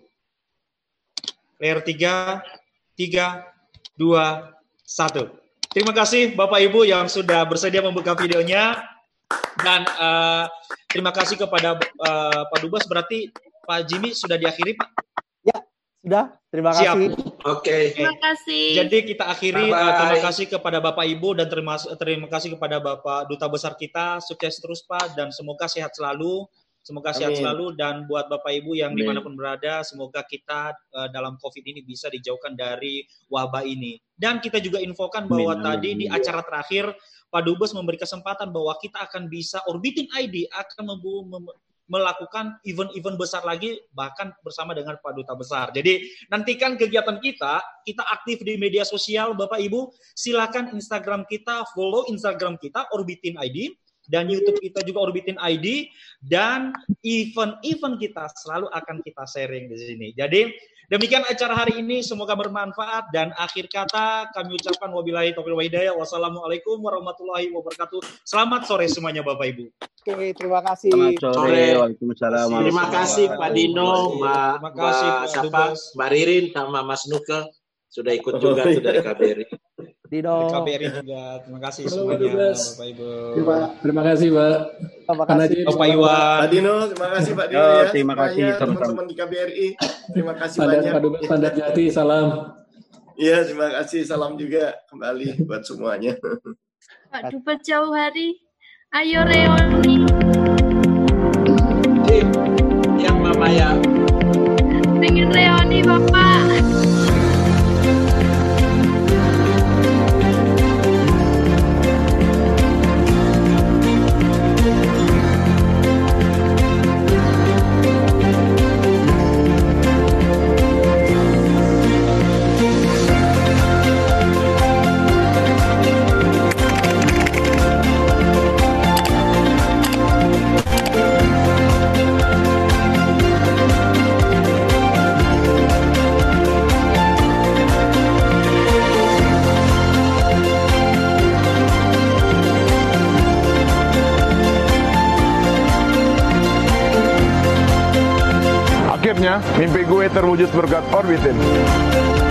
Layer 3, 3, 2, 1. Terima kasih Bapak Ibu yang sudah bersedia membuka videonya. Dan terima kasih kepada Pak Dubes. Berarti Pak Jimmy sudah diakhiri Pak? Ya, sudah. Terima Siap. kasih. Oke. Terima kasih. Jadi kita akhiri. Bye-bye. Terima kasih kepada Bapak Ibu dan terima kasih kepada Bapak Duta Besar kita. Sukses terus Pak dan semoga sehat selalu. Semoga sehat Amin. selalu dan buat Bapak Ibu yang Amin. dimanapun berada, semoga kita dalam COVID ini bisa dijauhkan dari wabah ini. Dan kita juga infokan bahwa Amin. tadi di acara terakhir Pak Dubes memberi kesempatan bahwa kita akan bisa Orbitin ID akan melakukan event-event besar lagi bahkan bersama dengan Pak Duta Besar. Jadi nantikan kegiatan kita aktif di media sosial Bapak Ibu. Silakan Instagram kita, follow Instagram kita Orbitin ID. Dan YouTube kita juga Orbitin ID dan event-event kita selalu akan kita sharing di sini. Jadi demikian acara hari ini, semoga bermanfaat dan akhir kata kami ucapkan wabillahi taufiq wal hidayah. Wassalamualaikum warahmatullahi wabarakatuh. Selamat sore semuanya Bapak Ibu. Oke, terima kasih. Selamat sore. Waalaikumsalam. Terima kasih Pak Dino, Terima kasih, Pak Dubes. Mbak Ririn sama Mas Nuke sudah ikut juga tuh dari KBRI. Dino. KBRI juga. Terima kasih Halo, semuanya Dubes. Bapak Ibu. Terima kasih Pak. Terima Pak kasih. Najib, Bapak Iwan. Pak Dino, terima kasih Pak Dino Yo, ya. terima kasih, Semuanya, sama-sama. teman-teman di KBRI. Terima kasih Standar banyak. Pak Dubes Standar Jati, salam. Iya, terima kasih. Salam juga kembali buat semuanya. Pak Dubes jauh hari. Ayo reuni. Yang Mama ya. Pengen reuni Bapak. Akhirnya mimpi gue terwujud berkat Orbitin.